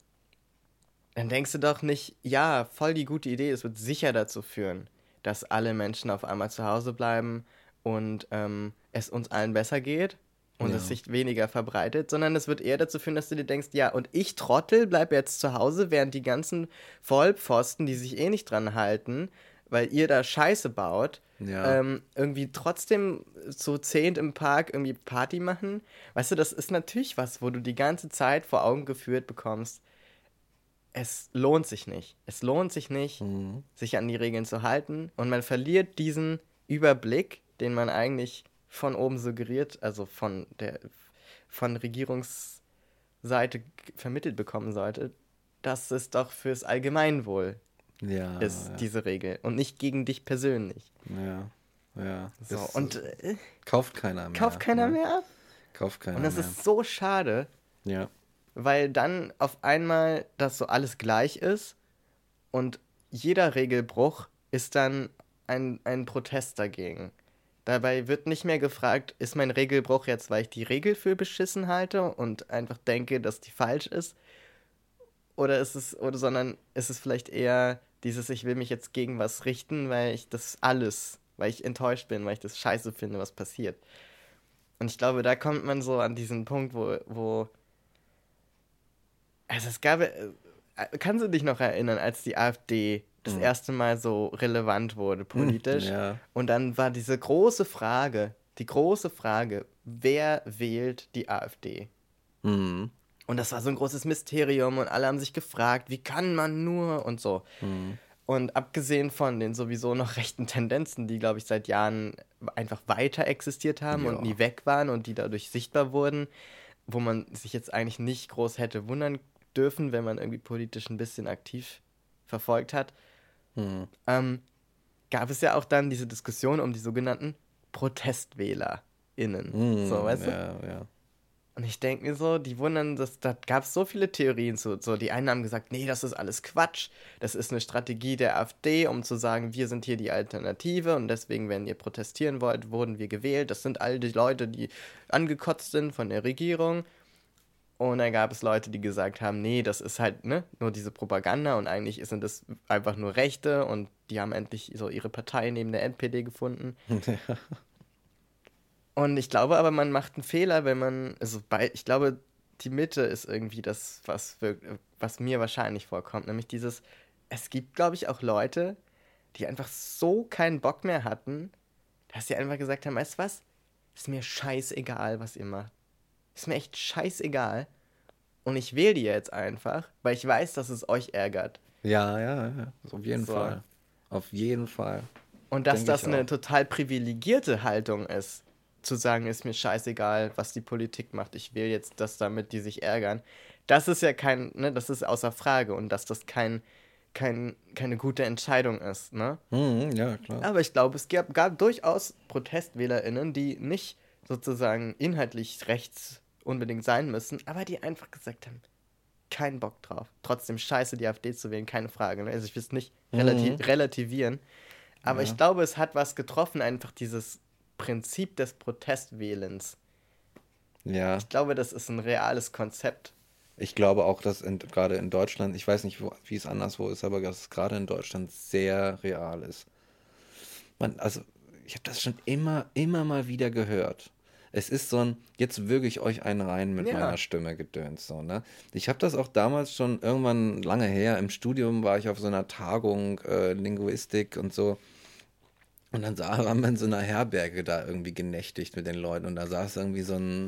dann denkst du doch nicht, ja, voll die gute Idee, es wird sicher dazu führen, dass alle Menschen auf einmal zu Hause bleiben und es uns allen besser geht und es sich weniger verbreitet, sondern es wird eher dazu führen, dass du dir denkst, ja, und ich Trottel bleibe jetzt zu Hause, während die ganzen Vollpfosten, die sich eh nicht dran halten, weil ihr da Scheiße baut, irgendwie trotzdem so 10 im Park irgendwie Party machen. Weißt du, das ist natürlich was, wo du die ganze Zeit vor Augen geführt bekommst, es lohnt sich nicht. Es lohnt sich nicht, sich an die Regeln zu halten. Und man verliert diesen Überblick, den man eigentlich von oben suggeriert, also von Regierungsseite vermittelt bekommen sollte, dass es doch fürs Allgemeinwohl ist, diese Regel. Und nicht gegen dich persönlich. Ja. ja. So, Das und kauft keiner mehr. kauft keiner ne? mehr ab. Kauft keiner Und das mehr. ist so schade, Ja. weil dann auf einmal das so alles gleich ist und jeder Regelbruch ist dann ein Protest dagegen. Dabei wird nicht mehr gefragt, ist mein Regelbruch jetzt, weil ich die Regel für beschissen halte und einfach denke, dass die falsch ist? Sondern ist es vielleicht eher dieses, ich will mich jetzt gegen was richten, weil ich enttäuscht bin, weil ich das scheiße finde, was passiert. Und ich glaube, da kommt man so an diesen Punkt, also es gab, kannst du dich noch erinnern, als die AfD das erste Mal so relevant wurde politisch? Ja. Und dann war die große Frage, wer wählt die AfD? Mhm. Und das war so ein großes Mysterium und alle haben sich gefragt, wie kann man nur und so. Und abgesehen von den sowieso noch rechten Tendenzen, die, glaube ich, seit Jahren einfach weiter existiert haben Ja. und nie weg waren und die dadurch sichtbar wurden, wo man sich jetzt eigentlich nicht groß hätte wundern dürfen, wenn man irgendwie politisch ein bisschen aktiv verfolgt hat, gab es ja auch dann diese Diskussion um die sogenannten ProtestwählerInnen. So, weißt du? Ja. Und ich denke mir so, die wundern, da gab es so viele Theorien zu. So, die einen haben gesagt, nee, das ist alles Quatsch. Das ist eine Strategie der AfD, um zu sagen, wir sind hier die Alternative und deswegen, wenn ihr protestieren wollt, wurden wir gewählt. Das sind all die Leute, die angekotzt sind von der Regierung. Und dann gab es Leute, die gesagt haben, nee, das ist halt nur diese Propaganda und eigentlich sind das einfach nur Rechte und die haben endlich so ihre Partei neben der NPD gefunden. Und ich glaube aber, man macht einen Fehler, wenn man, ich glaube, die Mitte ist irgendwie das, was mir wahrscheinlich vorkommt. Nämlich es gibt, glaube ich, auch Leute, die einfach so keinen Bock mehr hatten, dass sie einfach gesagt haben, weißt du was, ist mir scheißegal, was ihr macht. Ist mir echt scheißegal. Und ich wähle die jetzt einfach, weil ich weiß, dass es euch ärgert. Ja. Auf jeden So. Fall. Auf jeden Fall. Und dass Denk das ich eine auch. total privilegierte Haltung ist, zu sagen, ist mir scheißegal, was die Politik macht, ich wähle jetzt das, damit die sich ärgern. Das ist ja das ist außer Frage und dass das keine gute Entscheidung ist, ne? Ja, klar. Aber ich glaube, es gab durchaus ProtestwählerInnen, die nicht sozusagen inhaltlich rechts unbedingt sein müssen, aber die einfach gesagt haben, keinen Bock drauf. Trotzdem scheiße, die AfD zu wählen, keine Frage. Ne? Also ich will es nicht relativieren, aber ich glaube, es hat was getroffen, einfach dieses Prinzip des Protestwählens. Ja. Ich glaube, das ist ein reales Konzept. Ich glaube auch, dass gerade in Deutschland, ich weiß nicht, wie es anderswo ist, aber dass es gerade in Deutschland sehr real ist. Also ich habe das schon immer mal wieder gehört. Es ist so ein, jetzt würge ich euch einen rein mit Ja. meiner Stimme gedöns, so, ne? Ich habe das auch damals schon irgendwann lange her, im Studium war ich auf so einer Tagung, Linguistik und so. Und dann haben wir in so einer Herberge da irgendwie genächtigt mit den Leuten und da saß irgendwie so ein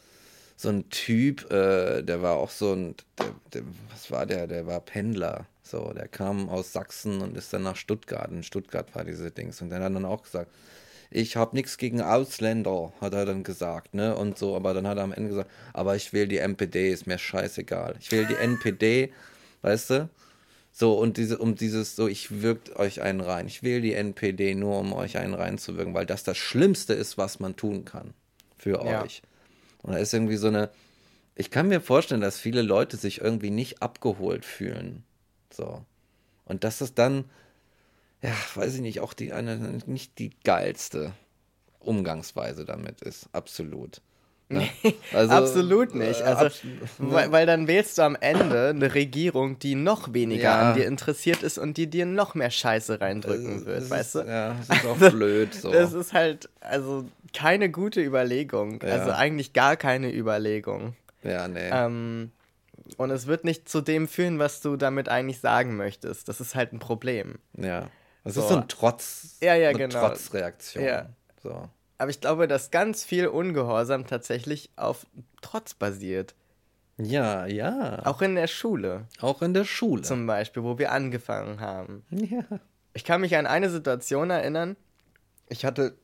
Typ, der war auch was war der? Der war Pendler. So, der kam aus Sachsen und ist dann nach Stuttgart. In Stuttgart war diese Dings. Und der hat dann auch gesagt, ich habe nichts gegen Ausländer, hat er dann gesagt, ne? Und so, aber dann hat er am Ende gesagt, aber ich wähle die NPD, ist mir scheißegal. Ich wähle die NPD, weißt du? So, und ich wirkt euch einen rein. Ich wähle die NPD nur, um euch einen reinzuwirken, weil das Schlimmste ist, was man tun kann für Ja. euch. Und da ist irgendwie ich kann mir vorstellen, dass viele Leute sich irgendwie nicht abgeholt fühlen. So. Und dass es dann, ja, weiß ich nicht, auch nicht die geilste Umgangsweise damit ist. Absolut. Ne? Also, Absolut nicht. Also, ne? weil dann wählst du am Ende eine Regierung, die noch weniger Ja. an dir interessiert ist und die dir noch mehr Scheiße reindrücken wird, Es weißt ist, du? Ja, es ist auch blöd. So. Das ist halt, also keine gute Überlegung. Ja. Also eigentlich gar keine Überlegung. Ja, nee. Und es wird nicht zu dem führen, was du damit eigentlich sagen möchtest. Das ist halt ein Problem. Ja. Das So. ist so ein Trotz. Ja, eine genau. Trotzreaktion. Ja. So. Aber ich glaube, dass ganz viel Ungehorsam tatsächlich auf Trotz basiert. Ja, ja. Auch in der Schule Auch in der Schule. zum Beispiel, wo wir angefangen haben. Ja. Ich kann mich an eine Situation erinnern. Ich hatte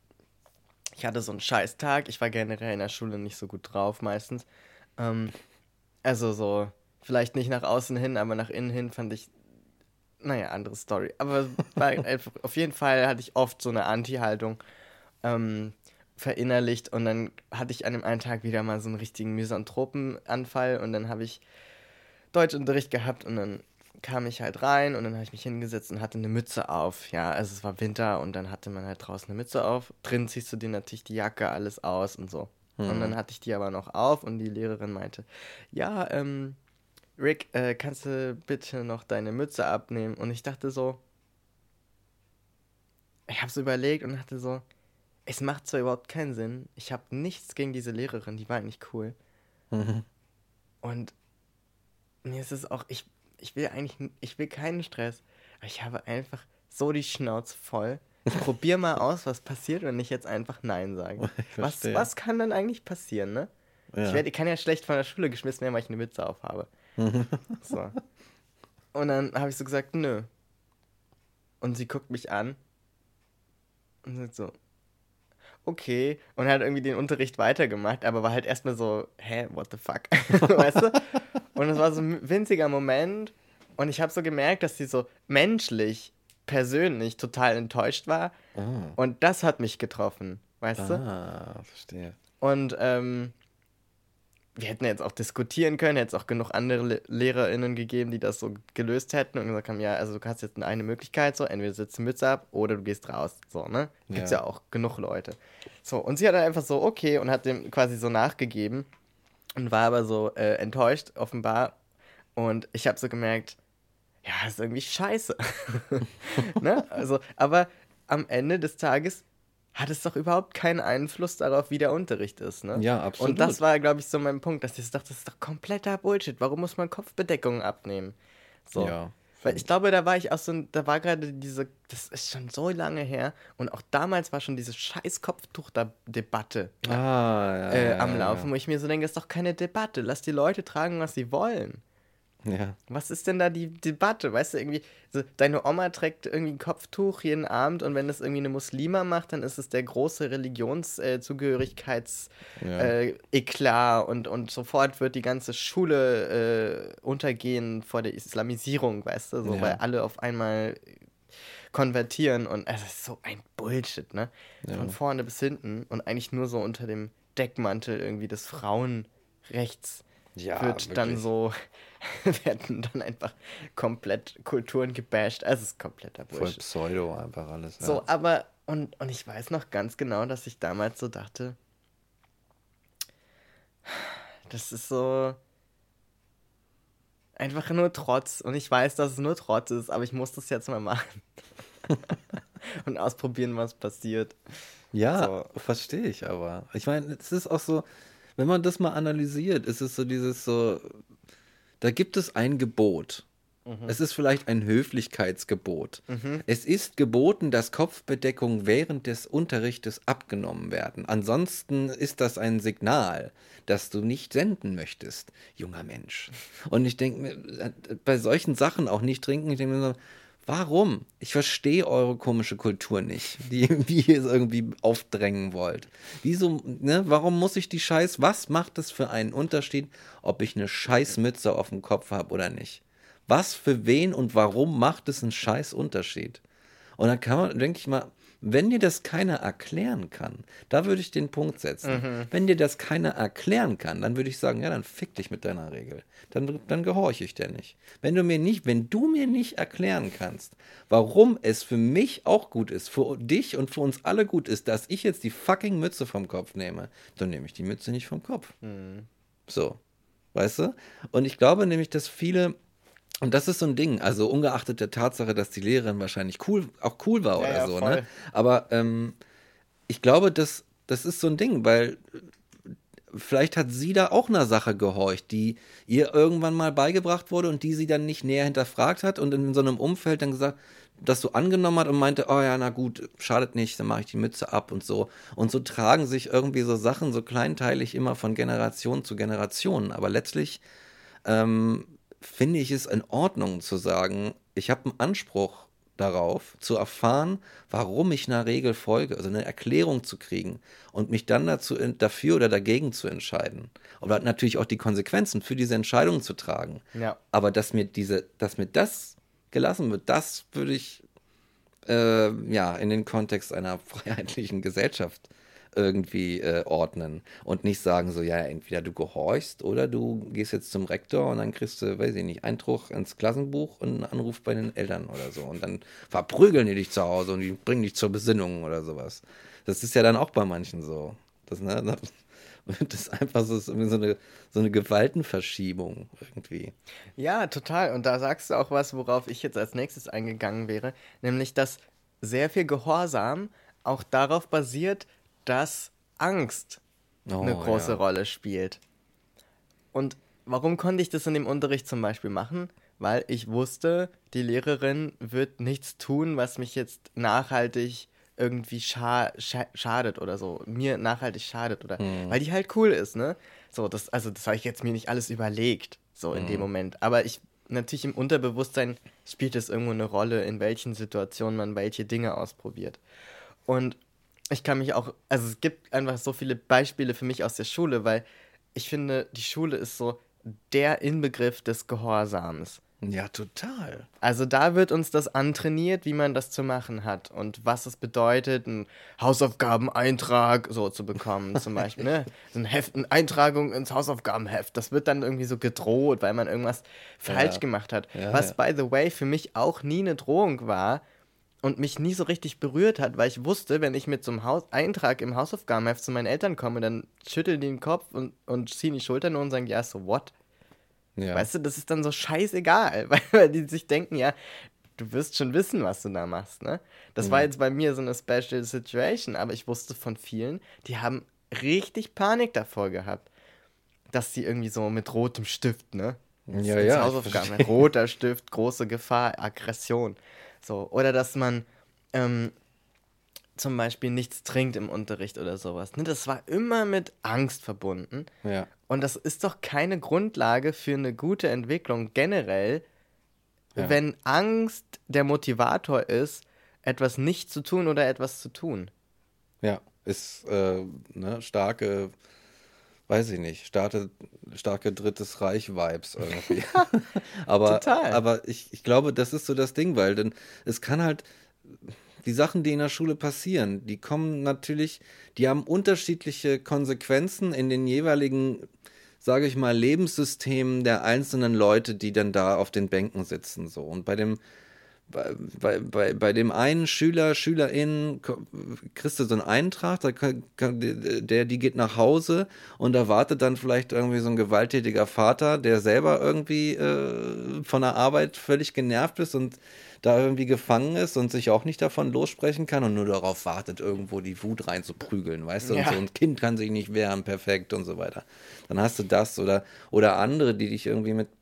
so einen Scheißtag. Ich war generell in der Schule nicht so gut drauf meistens. Also so, vielleicht nicht nach außen hin, aber nach innen hin fand ich naja, andere Story. Aber war einfach, auf jeden Fall hatte ich oft so eine Anti-Haltung verinnerlicht und dann hatte ich an dem einen Tag wieder mal so einen richtigen Misanthropenanfall und dann habe ich Deutschunterricht gehabt und dann kam ich halt rein und dann habe ich mich hingesetzt und hatte eine Mütze auf. Ja, also es war Winter und dann hatte man halt draußen eine Mütze auf. Drin ziehst du dir natürlich die Jacke, alles aus und so. Und dann hatte ich die aber noch auf und die Lehrerin meinte, ja, Rick, kannst du bitte noch deine Mütze abnehmen? Und ich dachte so, ich habe so überlegt und dachte so, es macht zwar überhaupt keinen Sinn, ich habe nichts gegen diese Lehrerin, die war eigentlich cool. Und mir ist es auch, ich will keinen Stress, aber ich habe einfach so die Schnauze voll. Ich probiere mal aus, was passiert, wenn ich jetzt einfach Nein sage. Was kann dann eigentlich passieren, ne? Ja. Ich kann ja schlecht von der Schule geschmissen werden, weil ich eine Mütze aufhabe. So. Und dann habe ich so gesagt, nö. Und sie guckt mich an und sagt so, okay. Und hat irgendwie den Unterricht weitergemacht, aber war halt erstmal so, hä, what the fuck? Weißt du? Und es war so ein winziger Moment und ich habe so gemerkt, dass sie so menschlich, persönlich total enttäuscht war. Und das hat mich getroffen, weißt du? Ah, verstehe. Und wir hätten jetzt auch diskutieren können, hätte es auch genug andere LehrerInnen gegeben, die das so gelöst hätten und gesagt haben, ja, also du hast jetzt eine Möglichkeit, so, entweder du setzt die Mütze ab oder du gehst raus, so, ne? Gibt's ja auch genug Leute. So, und sie hat dann einfach so, okay, und hat dem quasi so nachgegeben und war aber so enttäuscht, offenbar. Und ich habe so gemerkt, ja, das ist irgendwie scheiße. Ne? Also, aber am Ende des Tages hat es doch überhaupt keinen Einfluss darauf, wie der Unterricht ist, ne? Ja, absolut. Und das war, glaube ich, so mein Punkt, dass ich dachte, das ist doch kompletter Bullshit. Warum muss man Kopfbedeckungen abnehmen? So. Ja. Weil ich glaube, da war gerade das ist schon so lange her und auch damals war schon diese scheiß Kopftuch-Debatte am Laufen, wo ich mir so denke, das ist doch keine Debatte. Lass die Leute tragen, was sie wollen. Ja. Was ist denn da die Debatte? Weißt du, irgendwie, so, deine Oma trägt irgendwie ein Kopftuch jeden Abend und wenn das irgendwie eine Muslima macht, dann ist es der große Religionszugehörigkeits-Eklat und sofort wird die ganze Schule untergehen vor der Islamisierung, weißt du, so, weil alle auf einmal konvertieren und es ist so ein Bullshit, ne? Von vorne bis hinten und eigentlich nur so unter dem Deckmantel irgendwie des Frauenrechts wird dann so, werden dann einfach komplett Kulturen gebasht. Es ist kompletter Bullshit. Voll Pseudo einfach alles. Ja. So, aber, und ich weiß noch ganz genau, dass ich damals so dachte, das ist so einfach nur Trotz. Und ich weiß, dass es nur Trotz ist, aber ich muss das jetzt mal machen. Und ausprobieren, was passiert. Ja, So. verstehe ich aber. Ich meine, es ist auch so, wenn man das mal analysiert, ist es so dieses so, da gibt es ein Gebot. Es ist vielleicht ein Höflichkeitsgebot. Es ist geboten, dass Kopfbedeckungen während des Unterrichtes abgenommen werden. Ansonsten ist das ein Signal, das du nicht senden möchtest, junger Mensch. Und ich denke mir, bei solchen Sachen auch nicht trinken, ich denke mir so, warum? Ich verstehe eure komische Kultur nicht, die ihr es irgendwie aufdrängen wollt. Wieso, ne? Warum muss ich was macht es für einen Unterschied, ob ich eine Scheißmütze auf dem Kopf habe oder nicht? Was für wen und warum macht es einen scheiß Unterschied? Und dann denke ich mal, wenn dir das keiner erklären kann, da würde ich den Punkt setzen. Wenn dir das keiner erklären kann, dann würde ich sagen, ja, dann fick dich mit deiner Regel. Dann gehorche ich dir nicht. Wenn du mir nicht erklären kannst, warum es für mich auch gut ist, für dich und für uns alle gut ist, dass ich jetzt die fucking Mütze vom Kopf nehme, dann nehme ich die Mütze nicht vom Kopf. So, weißt du? Und ich glaube nämlich, dass viele. Und das ist so ein Ding, also ungeachtet der Tatsache, dass die Lehrerin wahrscheinlich cool war oder ja, so, voll. ne? Aber ich glaube, das ist so ein Ding, weil vielleicht hat sie da auch einer Sache gehorcht, die ihr irgendwann mal beigebracht wurde und die sie dann nicht näher hinterfragt hat und in so einem Umfeld dann gesagt, das so angenommen hat und meinte, oh ja, na gut, schadet nicht, dann mache ich die Mütze ab und so. Und so tragen sich irgendwie so Sachen so kleinteilig immer von Generation zu Generation. Aber letztlich finde ich es in Ordnung zu sagen, ich habe einen Anspruch darauf, zu erfahren, warum ich einer Regel folge, also eine Erklärung zu kriegen und mich dann dafür oder dagegen zu entscheiden. Oder natürlich auch die Konsequenzen für diese Entscheidung zu tragen. Ja. Aber dass mir das gelassen wird. Das würde ich in den Kontext einer freiheitlichen Gesellschaft irgendwie ordnen und nicht sagen so, ja, entweder du gehorchst oder du gehst jetzt zum Rektor und dann kriegst du, weiß ich nicht, Eintrag ins Klassenbuch und einen Anruf bei den Eltern oder so und dann verprügeln die dich zu Hause und die bringen dich zur Besinnung oder sowas. Das ist ja dann auch bei manchen so. Das ist einfach so eine Gewaltenverschiebung irgendwie. Ja, total. Und da sagst du auch was, worauf ich jetzt als nächstes eingegangen wäre, nämlich, dass sehr viel Gehorsam auch darauf basiert, dass Angst eine große Rolle spielt. Und warum konnte ich das in dem Unterricht zum Beispiel machen? Weil ich wusste, die Lehrerin wird nichts tun, was mich jetzt nachhaltig irgendwie schadet oder so, mir nachhaltig schadet oder, weil die halt cool ist, ne? So, das habe ich jetzt mir nicht alles überlegt, so in dem Moment. Aber natürlich im Unterbewusstsein spielt es irgendwo eine Rolle, in welchen Situationen man welche Dinge ausprobiert. Und ich kann mich auch, also es gibt einfach so viele Beispiele für mich aus der Schule, weil ich finde, die Schule ist so der Inbegriff des Gehorsams. Ja, total. Also da wird uns das antrainiert, wie man das zu machen hat und was es bedeutet, einen Hausaufgabeneintrag so zu bekommen, zum Beispiel, ne? So eine Eintragung ins Hausaufgabenheft, das wird dann irgendwie so gedroht, weil man irgendwas falsch gemacht hat. Ja, was, by the way, für mich auch nie eine Drohung war und mich nie so richtig berührt hat, weil ich wusste, wenn ich mit so einem Eintrag im Hausaufgabenheft zu meinen Eltern komme, dann schütteln die den Kopf und ziehen die Schultern und sagen, ja, so what? Ja. Weißt du, das ist dann so scheißegal, weil die sich denken, ja, du wirst schon wissen, was du da machst, ne? Das war jetzt bei mir so eine Special Situation, aber ich wusste von vielen, die haben richtig Panik davor gehabt, dass die irgendwie so mit rotem Stift, ne? Ja, Ins ja, Hausaufgaben, roter Stift, große Gefahr, Aggression. So, oder dass man zum Beispiel nichts trinkt im Unterricht oder sowas. Ne? Das war immer mit Angst verbunden. Ja. Und das ist doch keine Grundlage für eine gute Entwicklung generell, wenn Angst der Motivator ist, etwas nicht zu tun oder etwas zu tun. Ja, ist starke, weiß ich nicht, starke Drittes Reich-Vibes irgendwie. Total. Aber ich glaube, das ist so das Ding, weil denn es kann halt, die Sachen, die in der Schule passieren, die kommen natürlich, die haben unterschiedliche Konsequenzen in den jeweiligen, sage ich mal, Lebenssystemen der einzelnen Leute, die dann da auf den Bänken sitzen. So. Und bei dem einen SchülerInnen kriegst du so einen Eintrag, die geht nach Hause und da wartet dann vielleicht irgendwie so ein gewalttätiger Vater, der selber irgendwie von der Arbeit völlig genervt ist und da irgendwie gefangen ist und sich auch nicht davon lossprechen kann und nur darauf wartet, irgendwo die Wut reinzuprügeln, weißt du? Ja. Und so ein Kind kann sich nicht wehren, perfekt und so weiter. Dann hast du das oder andere, die dich irgendwie mit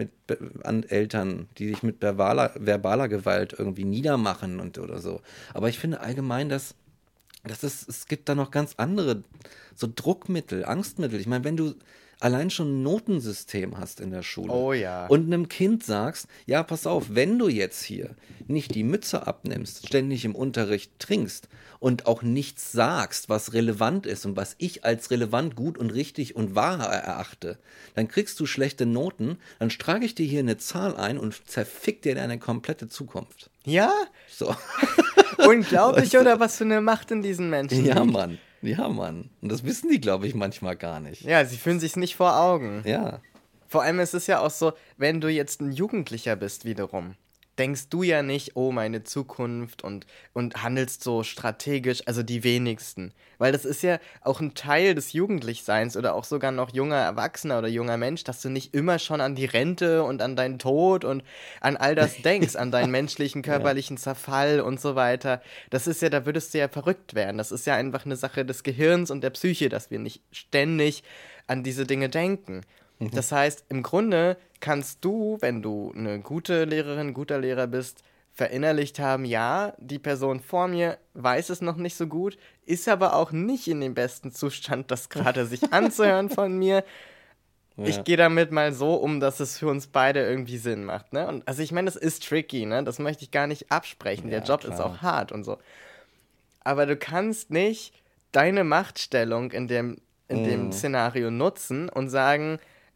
Eltern, die dich mit verbaler Gewalt irgendwie niedermachen oder so. Aber ich finde allgemein, es gibt da noch ganz andere so Druckmittel, Angstmittel. Ich meine, wenn du allein schon ein Notensystem hast in der Schule Oh ja. und einem Kind sagst, ja, pass auf, wenn du jetzt hier nicht die Mütze abnimmst, ständig im Unterricht trinkst und auch nichts sagst, was relevant ist und was ich als relevant, gut und richtig und wahr erachte, dann kriegst du schlechte Noten, dann trage ich dir hier eine Zahl ein und zerfick dir deine komplette Zukunft. Ja? So. Unglaublich, oder was für eine Macht in diesen Menschen Ja, liegt. Mann. Ja, Mann. Und das wissen die, glaube ich, manchmal gar nicht. Ja, sie fühlen sich's nicht vor Augen. Ja. Vor allem ist es ja auch so, wenn du jetzt ein Jugendlicher bist wiederum, denkst du ja nicht, oh, meine Zukunft und handelst so strategisch, also die wenigsten. Weil das ist ja auch ein Teil des Jugendlichseins oder auch sogar noch junger Erwachsener oder junger Mensch, dass du nicht immer schon an die Rente und an deinen Tod und an all das denkst, an deinen menschlichen, körperlichen Zerfall und so weiter. Das ist ja, da würdest du ja verrückt werden. Das ist ja einfach eine Sache des Gehirns und der Psyche, dass wir nicht ständig an diese Dinge denken. Das heißt, im Grunde kannst du, wenn du eine gute Lehrerin, guter Lehrer bist, verinnerlicht haben, ja, die Person vor mir weiß es noch nicht so gut, ist aber auch nicht in dem besten Zustand, das gerade sich anzuhören von mir. Ja. Ich gehe damit mal so um, dass es für uns beide irgendwie Sinn macht, ne? Und also ich meine, das ist tricky, ne? Das möchte ich gar nicht absprechen. Der Job ist auch hart und so. Aber du kannst nicht deine Machtstellung in dem Szenario nutzen und sagen,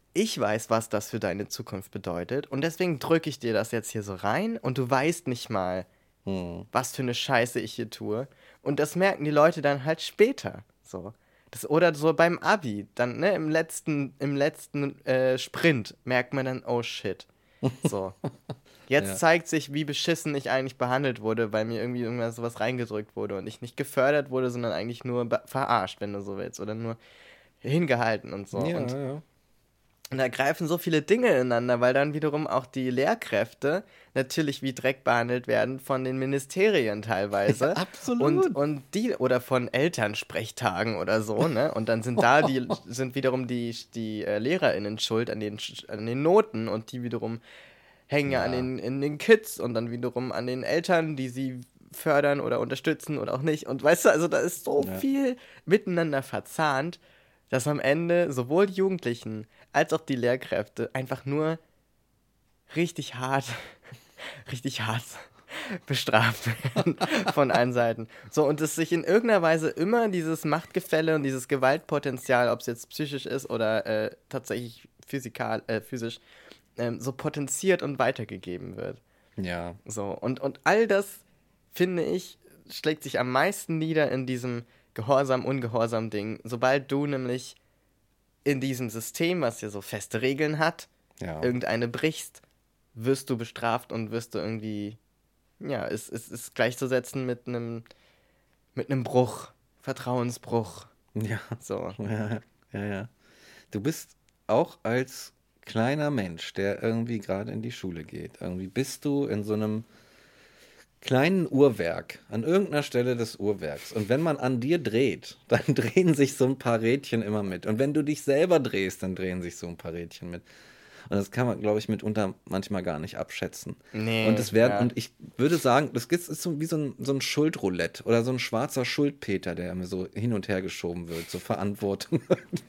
ich weiß, was das für deine Zukunft bedeutet und deswegen drücke ich dir das jetzt hier so rein und du weißt nicht mal, was für eine Scheiße ich hier tue. Und das merken die Leute dann halt später. So. Oder so beim Abi, dann, ne, im letzten Sprint merkt man dann, oh shit. So. Jetzt zeigt sich, wie beschissen ich eigentlich behandelt wurde, weil mir irgendwie irgendwas sowas reingedrückt wurde und ich nicht gefördert wurde, sondern eigentlich nur verarscht, wenn du so willst. Oder nur hingehalten und so. Und da greifen so viele Dinge ineinander, weil dann wiederum auch die Lehrkräfte natürlich wie Dreck behandelt werden von den Ministerien teilweise. Ja, absolut. Und die, oder von Elternsprechtagen oder so, ne? Und dann sind sind wiederum die LehrerInnen schuld an den Noten und die wiederum hängen ja in den Kids und dann wiederum an den Eltern, die sie fördern oder unterstützen oder auch nicht. Und weißt du, also da ist so viel miteinander verzahnt, dass am Ende sowohl die Jugendlichen als auch die Lehrkräfte einfach nur richtig hart bestraft werden von allen Seiten. So, und es sich in irgendeiner Weise immer dieses Machtgefälle und dieses Gewaltpotenzial, ob es jetzt psychisch ist oder tatsächlich physisch, so potenziert und weitergegeben wird. Ja. So, und all das, finde ich, schlägt sich am meisten nieder in diesem Gehorsam-Ungehorsam-Ding. Sobald du nämlich in diesem System, was ja so feste Regeln hat, irgendeine brichst, wirst du bestraft und wirst du irgendwie, es ist gleichzusetzen mit einem Bruch, Vertrauensbruch. Ja. So. Ja. Du bist auch als kleiner Mensch, der irgendwie gerade in die Schule geht, irgendwie bist du in so einem kleinen Uhrwerk, an irgendeiner Stelle des Uhrwerks. Und wenn man an dir dreht, dann drehen sich so ein paar Rädchen immer mit. Und wenn du dich selber drehst, dann drehen sich so ein paar Rädchen mit. Und das kann man, glaube ich, mitunter manchmal gar nicht abschätzen. Nee, und und ich würde sagen, das ist so wie so ein Schuldroulette oder so ein schwarzer Schuldpeter, der mir so hin und her geschoben wird, so Verantwortung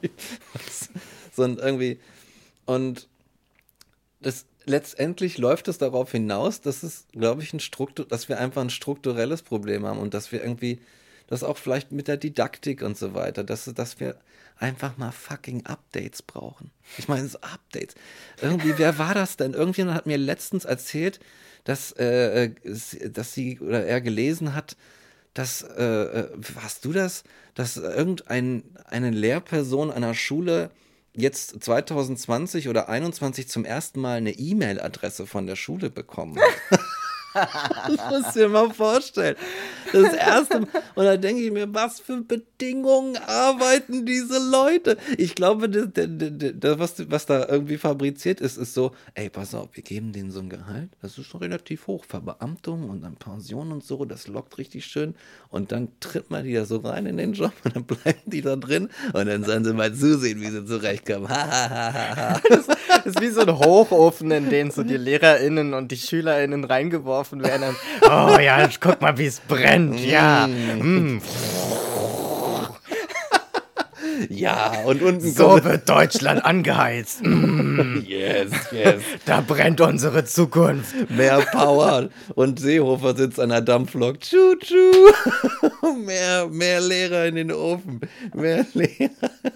und letztendlich läuft es darauf hinaus, dass es, glaube ich, dass wir einfach ein strukturelles Problem haben und dass wir irgendwie, das auch vielleicht mit der Didaktik und so weiter, dass wir einfach mal fucking Updates brauchen. Ich meine, so Updates. Irgendwie, wer war das denn? Irgendjemand hat mir letztens erzählt, dass sie oder er gelesen hat, warst du das? Dass eine Lehrperson einer Schule jetzt 2020 oder 2021 zum ersten Mal eine E-Mail-Adresse von der Schule bekommen hat. Das musst du dir mal vorstellen. Das erste Mal. Und da denke ich mir, was für Bedingungen arbeiten diese Leute? Ich glaube, was da irgendwie fabriziert ist so, ey, pass auf, wir geben denen so ein Gehalt, das ist schon relativ hoch, Verbeamtung und dann Pension und so, das lockt richtig schön. Und dann tritt man die da so rein in den Job und dann bleiben die da drin und dann sollen sie mal zusehen, wie sie zurechtkommen. Das ist wie so ein Hochofen, in den so die LehrerInnen und die SchülerInnen reingeworfen werden. Oh ja, guck mal, wie es brennt. Ja. Ja, und unten so wird Deutschland angeheizt. Yes. Da brennt unsere Zukunft. Mehr Power. Und Seehofer sitzt an der Dampflok. Tschu. Mehr Lehrer in den Ofen. Mehr Lehrer.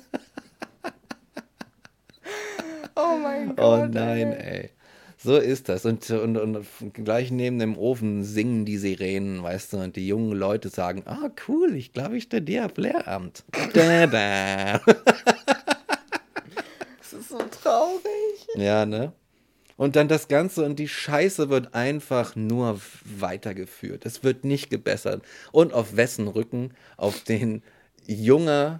Oh mein Gott. Oh nein, ey. So ist das. Und gleich neben dem Ofen singen die Sirenen, weißt du, und die jungen Leute sagen, cool, ich glaube, ich studiere auf Lehramt. Da. Das ist so traurig. Ja, ne? Und dann das Ganze und die Scheiße wird einfach nur weitergeführt. Es wird nicht gebessert. Und auf wessen Rücken? Auf den junger,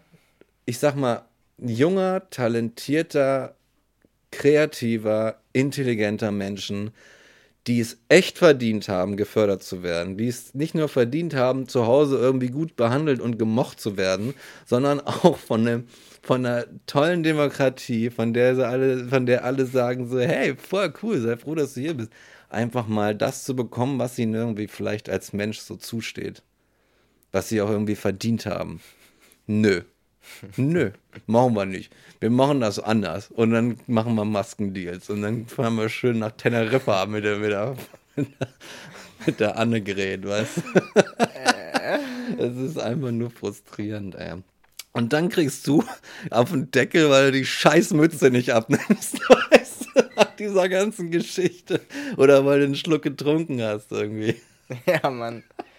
talentierter, kreativer, intelligenter Menschen, die es echt verdient haben, gefördert zu werden, die es nicht nur verdient haben, zu Hause irgendwie gut behandelt und gemocht zu werden, sondern auch von einer tollen Demokratie, von der alle sagen so, hey, voll cool, sei froh, dass du hier bist. Einfach mal das zu bekommen, was ihnen irgendwie vielleicht als Mensch so zusteht. Was sie auch irgendwie verdient haben. Nö, machen wir nicht. Wir machen das anders. Und dann machen wir Maskendeals. Und dann fahren wir schön nach Teneriffa mit der Annegret, weißt du? Es ist einfach nur frustrierend, ey. Und dann kriegst du auf den Deckel, weil du die Scheißmütze nicht abnimmst, weißt du, nach dieser ganzen Geschichte. Oder weil du einen Schluck getrunken hast irgendwie. Ja, Mann.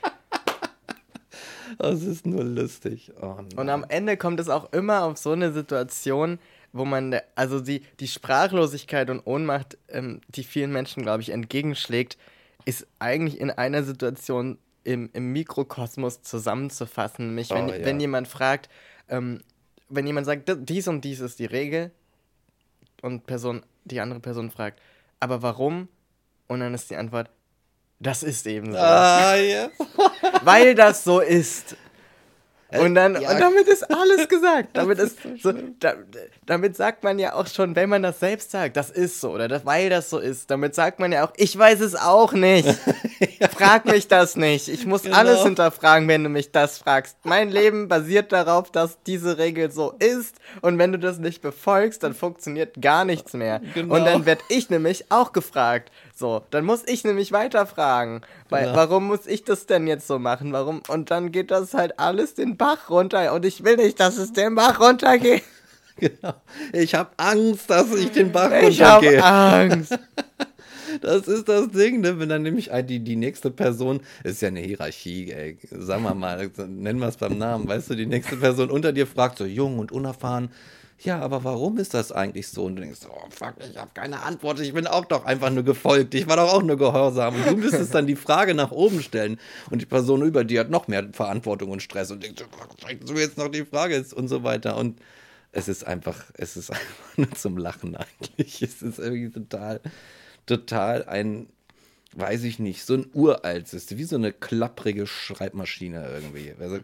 Das ist nur lustig. Oh Und am Ende kommt es auch immer auf so eine Situation, wo man, also die Sprachlosigkeit und Ohnmacht, die vielen Menschen, glaube ich, entgegenschlägt, ist eigentlich in einer Situation im Mikrokosmos zusammenzufassen. Nämlich, wenn jemand fragt, wenn jemand sagt, dies und dies ist die Regel und die andere Person fragt, aber warum? Und dann ist die Antwort, das ist eben so. Ah, ja. Weil das so ist. Und dann, und damit ist alles gesagt. Damit ist so, damit sagt man ja auch schon, wenn man das selbst sagt, das ist so, oder weil das so ist, damit sagt man ja auch, ich weiß es auch nicht. Frag mich das nicht. Ich muss alles hinterfragen, wenn du mich das fragst. Mein Leben basiert darauf, dass diese Regel so ist, und wenn du das nicht befolgst, dann funktioniert gar nichts mehr. Genau. Und dann werd ich nämlich auch gefragt. So, dann muss ich nämlich weiterfragen. Weil, warum muss ich das denn jetzt so machen? Warum? Und dann geht das halt alles den Bach runter. Und ich will nicht, dass es den Bach runtergeht. Genau. Ich habe Angst, dass ich den Bach runtergehe. Ich habe Angst. Das ist das Ding, ne? Wenn dann nämlich die nächste Person, ist ja eine Hierarchie, ey, sagen wir mal, nennen wir es beim Namen, weißt du, die nächste Person unter dir fragt, so jung und unerfahren, ja, aber warum ist das eigentlich so? Und du denkst, oh fuck, ich habe keine Antwort, ich bin auch doch einfach nur gefolgt, ich war doch auch nur gehorsam. Und du müsstest dann die Frage nach oben stellen und die Person über dir hat noch mehr Verantwortung und Stress und denkst, so jetzt noch die Frage ist und so weiter. Und es ist einfach nur zum Lachen eigentlich. Es ist irgendwie total ein, weiß ich nicht, so ein uraltes, wie so eine klapprige Schreibmaschine irgendwie. Also,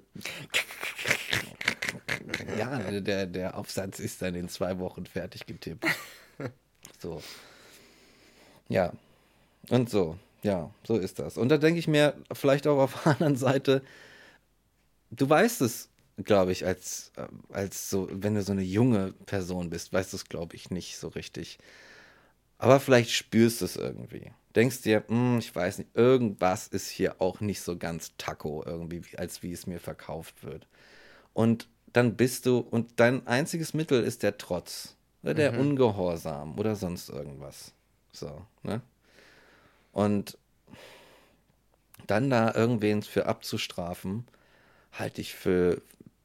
ja, der Aufsatz ist dann in 2 Wochen fertig getippt. So. Ja. Und so. Ja, so ist das. Und da denke ich mir vielleicht auch auf der anderen Seite, du weißt es, glaube ich, als so, wenn du so eine junge Person bist, weißt du es, glaube ich, nicht so richtig. Aber vielleicht spürst du es irgendwie. Denkst dir, ich weiß nicht, irgendwas ist hier auch nicht so ganz Taco irgendwie, als wie es mir verkauft wird. Und dann bist du, und dein einziges Mittel ist der Trotz, oder der Ungehorsam oder sonst irgendwas. So, ne? Und dann da irgendwen für abzustrafen, halte ich für,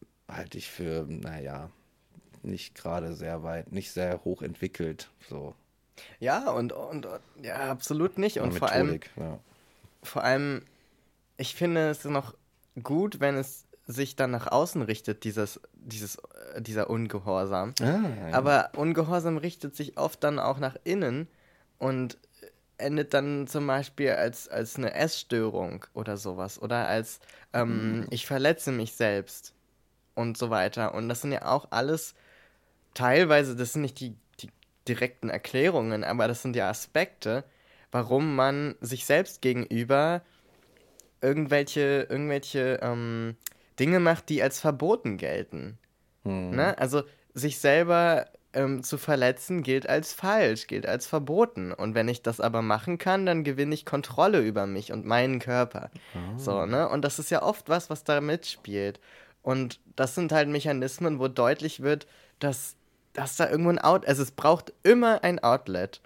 naja, nicht gerade sehr weit, nicht sehr hoch entwickelt, so. Ja, und ja, absolut nicht. Und Methodik, vor allem, ich finde es noch gut, wenn es sich dann nach außen richtet, dieser Ungehorsam. Ja. Aber Ungehorsam richtet sich oft dann auch nach innen und endet dann zum Beispiel als eine Essstörung oder sowas. Oder als ich verletze mich selbst und so weiter. Und das sind ja auch alles teilweise, das sind nicht die direkten Erklärungen, aber das sind ja Aspekte, warum man sich selbst gegenüber irgendwelche Dinge macht, die als verboten gelten. Ne? Also sich selber zu verletzen gilt als falsch, gilt als verboten. Und wenn ich das aber machen kann, dann gewinne ich Kontrolle über mich und meinen Körper. So, ne? Und das ist ja oft was da mitspielt. Und das sind halt Mechanismen, wo deutlich wird, dass da irgendwo also es braucht immer ein Outlet.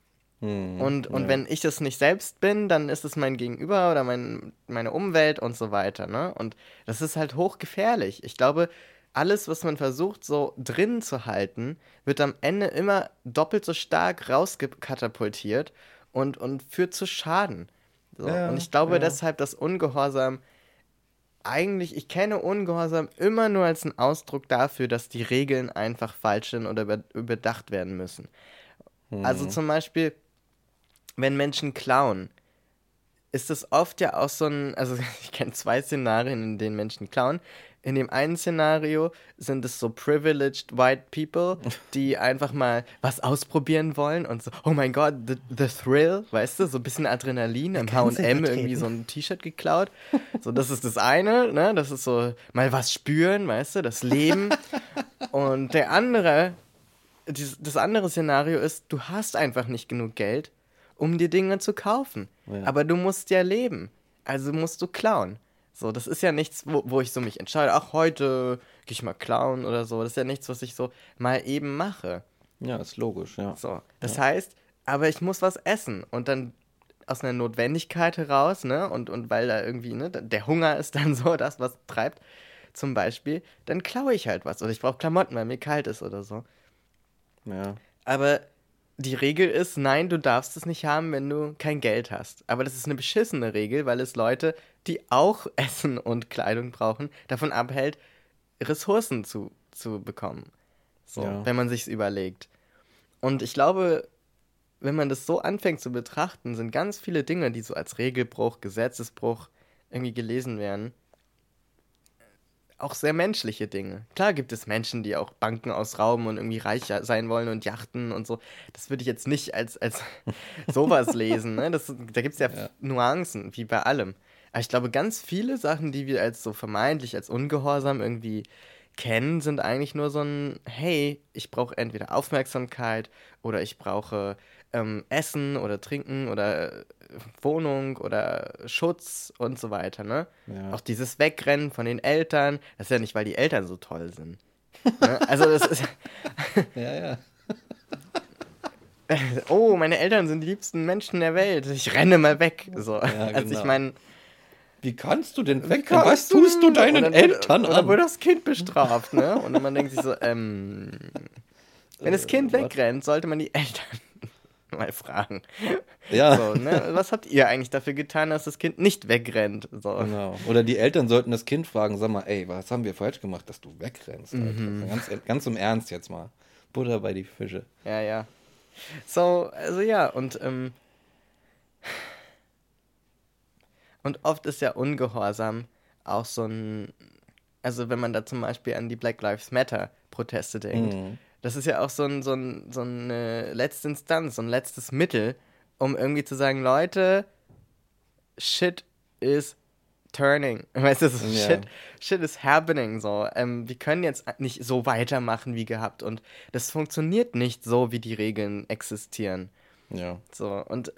Und wenn ich das nicht selbst bin, dann ist es mein Gegenüber oder meine Umwelt und so weiter, ne? Und das ist halt hochgefährlich. Ich glaube, alles, was man versucht, so drin zu halten, wird am Ende immer doppelt so stark rauskatapultiert und führt zu Schaden. So. Ja, und ich glaube deshalb, dass Ungehorsam eigentlich, ich kenne Ungehorsam immer nur als einen Ausdruck dafür, dass die Regeln einfach falsch sind oder überdacht werden müssen. Also zum Beispiel, wenn Menschen klauen, ist es oft ja auch so also ich kenne 2 Szenarien, in denen Menschen klauen. In dem einen Szenario sind es so privileged white people, die einfach mal was ausprobieren wollen und so, oh mein Gott, the thrill, weißt du, so ein bisschen Adrenalin, im H&M irgendwie so ein T-Shirt geklaut. So, das ist das eine, ne, das ist so mal was spüren, weißt du, das Leben. Und das andere Szenario ist, du hast einfach nicht genug Geld, um dir Dinge zu kaufen. Ja. Aber du musst ja leben, also musst du klauen. So, das ist ja nichts, wo ich so mich entscheide, ach, heute gehe ich mal klauen oder so. Das ist ja nichts, was ich so mal eben mache. Ja, ist logisch, ja. So, das heißt, aber ich muss was essen und dann aus einer Notwendigkeit heraus, ne, und weil da irgendwie, ne, der Hunger ist dann so das, was treibt, zum Beispiel, dann klaue ich halt was oder ich brauche Klamotten, weil mir kalt ist oder so. Ja, Aber die Regel ist, nein, du darfst es nicht haben, wenn du kein Geld hast. Aber das ist eine beschissene Regel, weil es Leute, die auch Essen und Kleidung brauchen, davon abhält, Ressourcen zu bekommen. So, Ja. wenn man sich's überlegt. Und ich glaube, wenn man das so anfängt zu betrachten, sind ganz viele Dinge, die so als Regelbruch, Gesetzesbruch irgendwie gelesen werden, auch sehr menschliche Dinge. Klar gibt es Menschen, die auch Banken ausrauben und irgendwie reich sein wollen und Yachten und so. Das würde ich jetzt nicht als sowas lesen. Ne? Da gibt es ja Nuancen, wie bei allem. Aber ich glaube, ganz viele Sachen, die wir als so vermeintlich als ungehorsam irgendwie kennen, sind eigentlich nur so ein, hey, ich brauche entweder Aufmerksamkeit oder ich brauche Essen oder Trinken oder Wohnung oder Schutz und so weiter, ne? Ja. Auch dieses Wegrennen von den Eltern, das ist ja nicht, weil die Eltern so toll sind. Ne? Also das ist, ja, ja. oh, meine Eltern sind die liebsten Menschen der Welt, ich renne mal weg. So. Also ich genau. meine, Wie kannst du denn wie wegrennen? Was kannst tust du deinen Und dann Eltern und dann an? wird das Kind bestraft, ne? Und man denkt sich so, wenn das Kind wegrennt, sollte man die Eltern mal fragen. Ja, So, ne? Was habt ihr eigentlich dafür getan, dass das Kind nicht wegrennt? So. genau. Oder die Eltern sollten das Kind fragen, sag mal, ey, was haben wir falsch gemacht, dass du wegrennst? Alter? Ganz im Ernst jetzt mal. Butter bei die Fische. Ja, ja. So, also ja, und oft ist ja Ungehorsam auch so ein, also wenn man da zum Beispiel an die Black Lives Matter Proteste denkt, das ist ja auch so eine letzte Instanz, so ein letztes Mittel, um irgendwie zu sagen, Leute, shit is turning. Weißt du, so Ja. shit is happening. So. Wir können jetzt nicht so weitermachen wie gehabt und das funktioniert nicht so, wie die Regeln existieren. Ja, So, und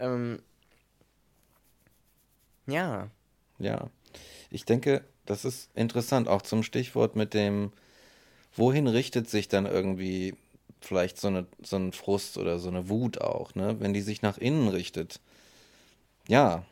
ja. ja. Ich denke, das ist interessant, auch zum Stichwort mit dem, wohin richtet sich dann irgendwie vielleicht so ein Frust oder so eine Wut auch, ne? Wenn die sich nach innen richtet, ja,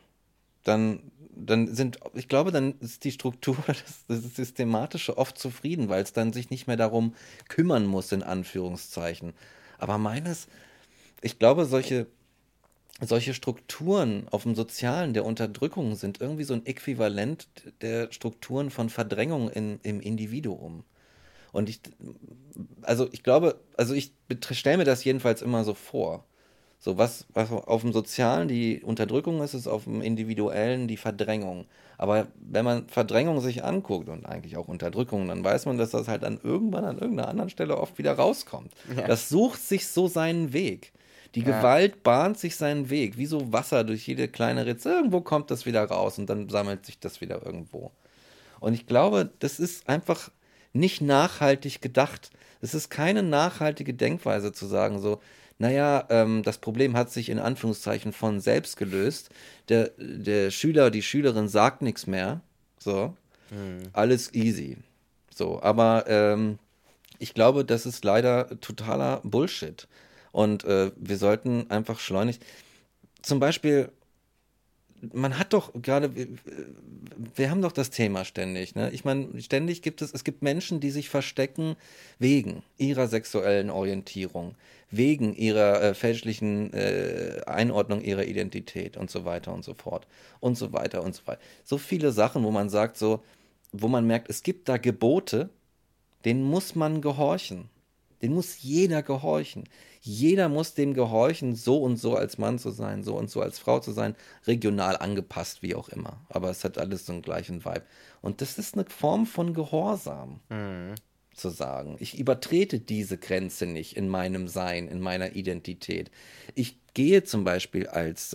ich glaube, dann ist die Struktur, das Systematische oft zufrieden, weil es dann sich nicht mehr darum kümmern muss, in Anführungszeichen. Aber ich glaube, solche Strukturen auf dem Sozialen der Unterdrückung sind irgendwie so ein Äquivalent der Strukturen von Verdrängung im Individuum. Und ich glaube, ich stelle mir das jedenfalls immer so vor. So, was auf dem Sozialen die Unterdrückung ist, ist auf dem Individuellen die Verdrängung. Aber wenn man Verdrängung sich anguckt und eigentlich auch Unterdrückung, dann weiß man, dass das halt dann irgendwann an irgendeiner anderen Stelle oft wieder rauskommt. Ja. Das sucht sich so seinen Weg. Die Ja. Gewalt bahnt sich seinen Weg, wie so Wasser durch jede kleine Ritze. Irgendwo kommt das wieder raus und dann sammelt sich das wieder irgendwo. Und ich glaube, das ist einfach nicht nachhaltig gedacht. Es ist keine nachhaltige Denkweise zu sagen, so, naja, das Problem hat sich in Anführungszeichen von selbst gelöst. Der Schüler, die Schülerin sagt nichts mehr. So, alles easy. So, aber ich glaube, das ist leider totaler Bullshit. Und wir sollten einfach schleunigst. Zum Beispiel, man hat doch gerade, wir haben doch das Thema ständig, ne? Ich meine, ständig es gibt Menschen, die sich verstecken wegen ihrer sexuellen Orientierung, wegen ihrer fälschlichen Einordnung ihrer Identität und so weiter und so fort und so weiter und so weiter. So viele Sachen, wo man sagt so, wo man merkt, es gibt da Gebote, denen muss man gehorchen. Den muss jeder gehorchen. Jeder muss dem gehorchen, so und so als Mann zu sein, so und so als Frau zu sein, regional angepasst, wie auch immer. Aber es hat alles so einen gleichen Vibe. Und das ist eine Form von Gehorsam, zu sagen. Ich übertrete diese Grenze nicht in meinem Sein, in meiner Identität. Ich gehe zum Beispiel als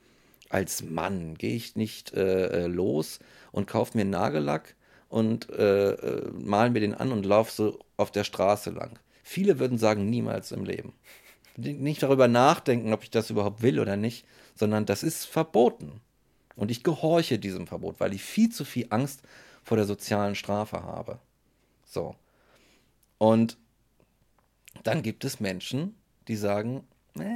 Mann, gehe ich nicht los und kaufe mir Nagellack und mal mir den an und laufe so auf der Straße lang. Viele würden sagen, niemals im Leben. Nicht darüber nachdenken, ob ich das überhaupt will oder nicht, sondern das ist verboten. Und ich gehorche diesem Verbot, weil ich viel zu viel Angst vor der sozialen Strafe habe. So. Und dann gibt es Menschen, die sagen,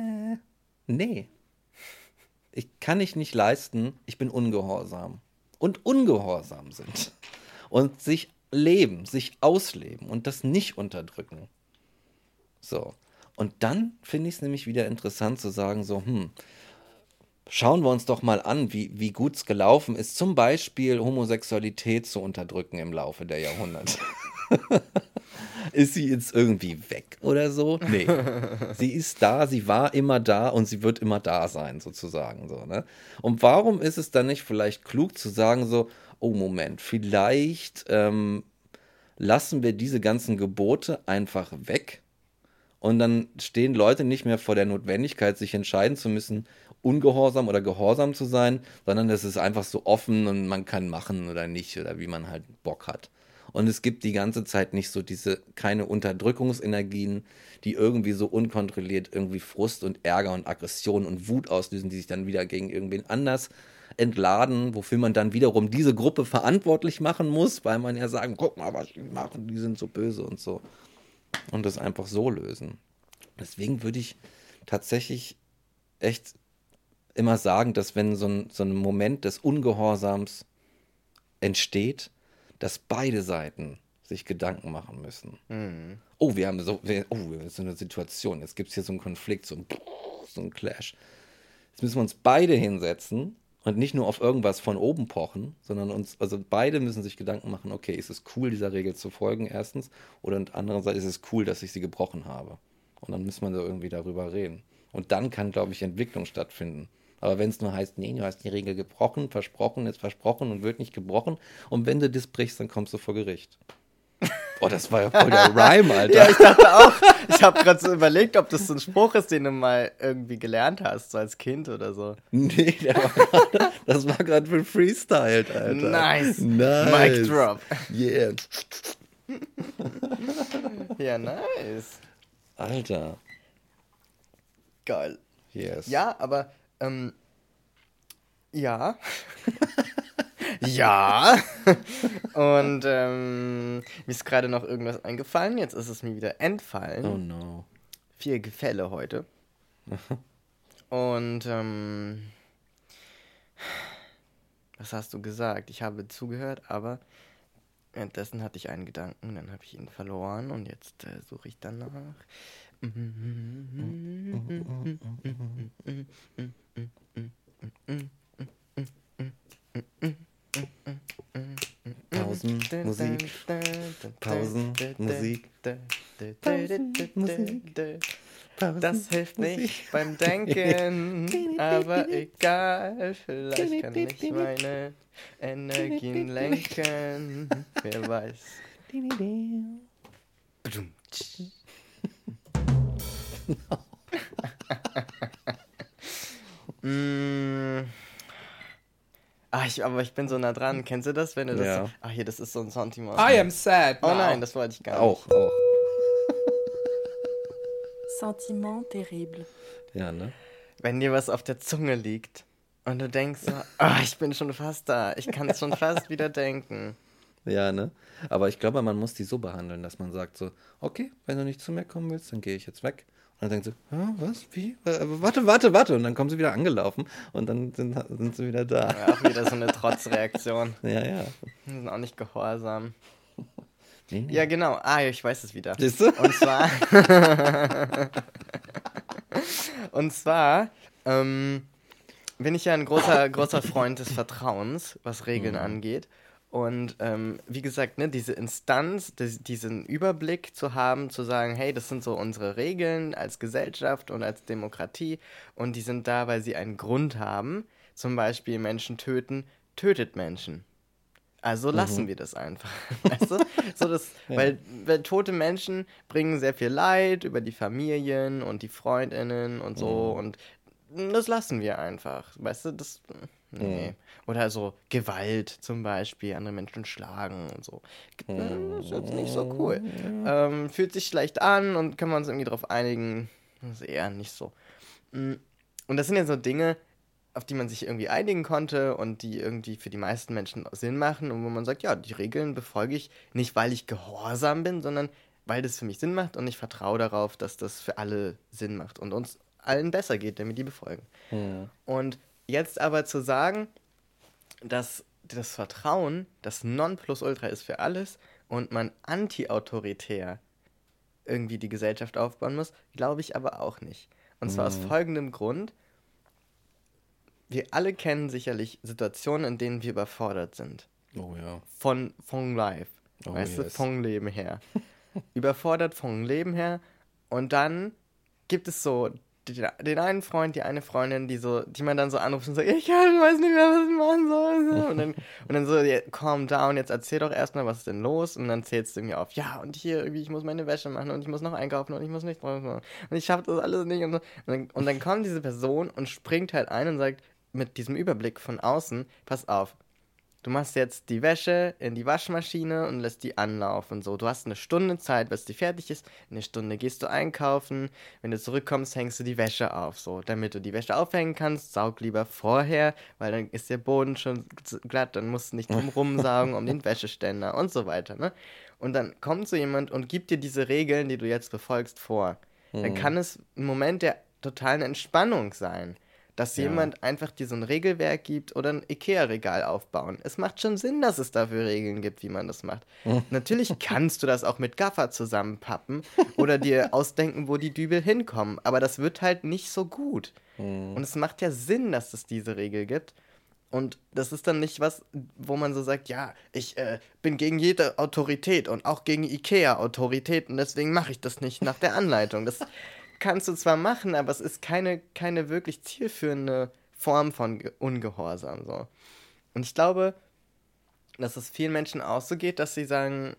nee, ich kann ich nicht leisten, ich bin ungehorsam. Und ungehorsam sind. Und sich leben, sich ausleben und das nicht unterdrücken. So. Und dann finde ich es nämlich wieder interessant zu sagen, so, schauen wir uns doch mal an, wie gut es gelaufen ist, zum Beispiel Homosexualität zu unterdrücken im Laufe der Jahrhunderte. Ist sie jetzt irgendwie weg oder so? Nee. Sie ist da, sie war immer da und sie wird immer da sein, sozusagen. So, ne? Und warum ist es dann nicht vielleicht klug zu sagen, so, oh Moment, vielleicht lassen wir diese ganzen Gebote einfach weg und dann stehen Leute nicht mehr vor der Notwendigkeit, sich entscheiden zu müssen, ungehorsam oder gehorsam zu sein, sondern es ist einfach so offen und man kann machen oder nicht oder wie man halt Bock hat. Und es gibt die ganze Zeit nicht so keine Unterdrückungsenergien, die irgendwie so unkontrolliert irgendwie Frust und Ärger und Aggression und Wut auslösen, die sich dann wieder gegen irgendwen anders entladen, wofür man dann wiederum diese Gruppe verantwortlich machen muss, weil man ja sagen, guck mal, was die machen, die sind so böse und so. Und das einfach so lösen. Deswegen würde ich tatsächlich echt immer sagen, dass wenn so ein Moment des Ungehorsams entsteht, dass beide Seiten sich Gedanken machen müssen. Mhm. Oh, wir haben so eine Situation, jetzt gibt es hier so einen Konflikt, so einen Clash. Jetzt müssen wir uns beide hinsetzen und nicht nur auf irgendwas von oben pochen, sondern also beide müssen sich Gedanken machen, okay, ist es cool, dieser Regel zu folgen, erstens, oder andererseits ist es cool, dass ich sie gebrochen habe. Und dann muss man da irgendwie darüber reden. Und dann kann, glaube ich, Entwicklung stattfinden. Aber wenn es nur heißt, nee, du hast die Regel gebrochen, versprochen, ist versprochen und wird nicht gebrochen. Und wenn du das brichst, dann kommst du vor Gericht. Oh, das war ja voll der Rhyme, Alter. Ja, ich dachte auch, ich habe gerade so überlegt, ob das so ein Spruch ist, den du mal irgendwie gelernt hast, so als Kind oder so. Nee, das war gerade für Freestyle, Alter. Nice. Nice. Mic drop. Yeah. Ja, nice. Alter. Geil. Yes. Ja, aber, ja. Ja. Und mir ist gerade noch irgendwas eingefallen. Jetzt ist es mir wieder entfallen. Oh no. 4 Gefälle heute. Und was hast du gesagt? Ich habe zugehört, aber währenddessen hatte ich einen Gedanken, dann habe ich ihn verloren und jetzt suche ich danach. Pausenmusik. Pausenmusik. Das hilft nicht beim Denken, aber egal, vielleicht kann ich meine Energien lenken, wer weiß. Aber ich bin so nah dran. Kennst du das, wenn du das? Ja. Ach, hier, das ist so ein Sentiment. I am sad Oh now. nein, das wollte ich gar nicht. Auch. Sentiment terrible. Ja, ne? Wenn dir was auf der Zunge liegt und du denkst so, ich bin schon fast da. Ich kann es schon fast wieder denken. Ja, ne? Aber ich glaube, man muss die so behandeln, dass man sagt so, okay, wenn du nicht zu mir kommen willst, dann gehe ich jetzt weg. Und dann denkt sie, was, wie? Warte. Und dann kommen sie wieder angelaufen und dann sind sie wieder da. Ja, auch wieder so eine Trotzreaktion. Ja. Die sind auch nicht gehorsam. Nee. Ja, genau. Ich weiß es wieder. Siehst du? Und zwar bin ich ja ein großer Freund des Vertrauens, was Regeln angeht. Und wie gesagt, ne, diese Instanz, diesen Überblick zu haben, zu sagen, hey, das sind so unsere Regeln als Gesellschaft und als Demokratie und die sind da, weil sie einen Grund haben. Zum Beispiel Menschen tötet Menschen. Also lassen wir das einfach. Weißt du? Weil tote Menschen bringen sehr viel Leid über die Familien und die FreundInnen und so und das lassen wir einfach. Weißt du, das... Nee. Oder so Gewalt zum Beispiel, andere Menschen schlagen und so. Das ist jetzt nicht so cool. Fühlt sich schlecht an und können wir uns irgendwie drauf einigen. Das ist eher nicht so. Und das sind ja so Dinge, auf die man sich irgendwie einigen konnte und die irgendwie für die meisten Menschen Sinn machen und wo man sagt, ja, die Regeln befolge ich nicht, weil ich gehorsam bin, sondern weil das für mich Sinn macht und ich vertraue darauf, dass das für alle Sinn macht und uns allen besser geht, wenn wir die befolgen. Und jetzt aber zu sagen, dass das Vertrauen das Nonplusultra ist für alles und man anti-autoritär irgendwie die Gesellschaft aufbauen muss, glaube ich aber auch nicht. Und zwar aus folgendem Grund. Wir alle kennen sicherlich Situationen, in denen wir überfordert sind. Oh ja. Von Life. Oh, weißt du, yes. vom Leben her. Überfordert vom Leben her. Und dann gibt es so den einen Freund, die eine Freundin, die man dann so anruft und sagt, ich weiß nicht mehr, was ich machen soll. Und dann so, yeah, calm down, jetzt erzähl doch erstmal, was ist denn los? Und dann zählst du mir auf, ja, und hier irgendwie, ich muss meine Wäsche machen und ich muss noch einkaufen und ich muss nicht drauf machen. Und ich schaff das alles nicht. Und dann kommt diese Person und springt halt ein und sagt, mit diesem Überblick von außen, pass auf, du machst jetzt die Wäsche in die Waschmaschine und lässt die anlaufen. So, du hast eine Stunde Zeit, bis die fertig ist. In eine Stunde gehst du einkaufen. Wenn du zurückkommst, hängst du die Wäsche auf. So, damit du die Wäsche aufhängen kannst, saug lieber vorher, weil dann ist der Boden schon glatt. Dann musst du nicht drum rumsaugen um den Wäscheständer und so weiter. Ne? Und dann kommt so jemand und gibt dir diese Regeln, die du jetzt befolgst, vor. Dann kann es ein Moment der totalen Entspannung sein. Dass jemand einfach dir so ein Regelwerk gibt oder ein Ikea-Regal aufbauen. Es macht schon Sinn, dass es dafür Regeln gibt, wie man das macht. Natürlich kannst du das auch mit Gaffer zusammenpappen oder dir ausdenken, wo die Dübel hinkommen, aber das wird halt nicht so gut. Und es macht ja Sinn, dass es diese Regel gibt. Und das ist dann nicht was, wo man so sagt, ja, ich bin gegen jede Autorität und auch gegen Ikea-Autorität und deswegen mache ich das nicht nach der Anleitung. Das kannst du zwar machen, aber es ist keine wirklich zielführende Form von Ungehorsam. So. Und ich glaube, dass es vielen Menschen auch so geht, dass sie sagen,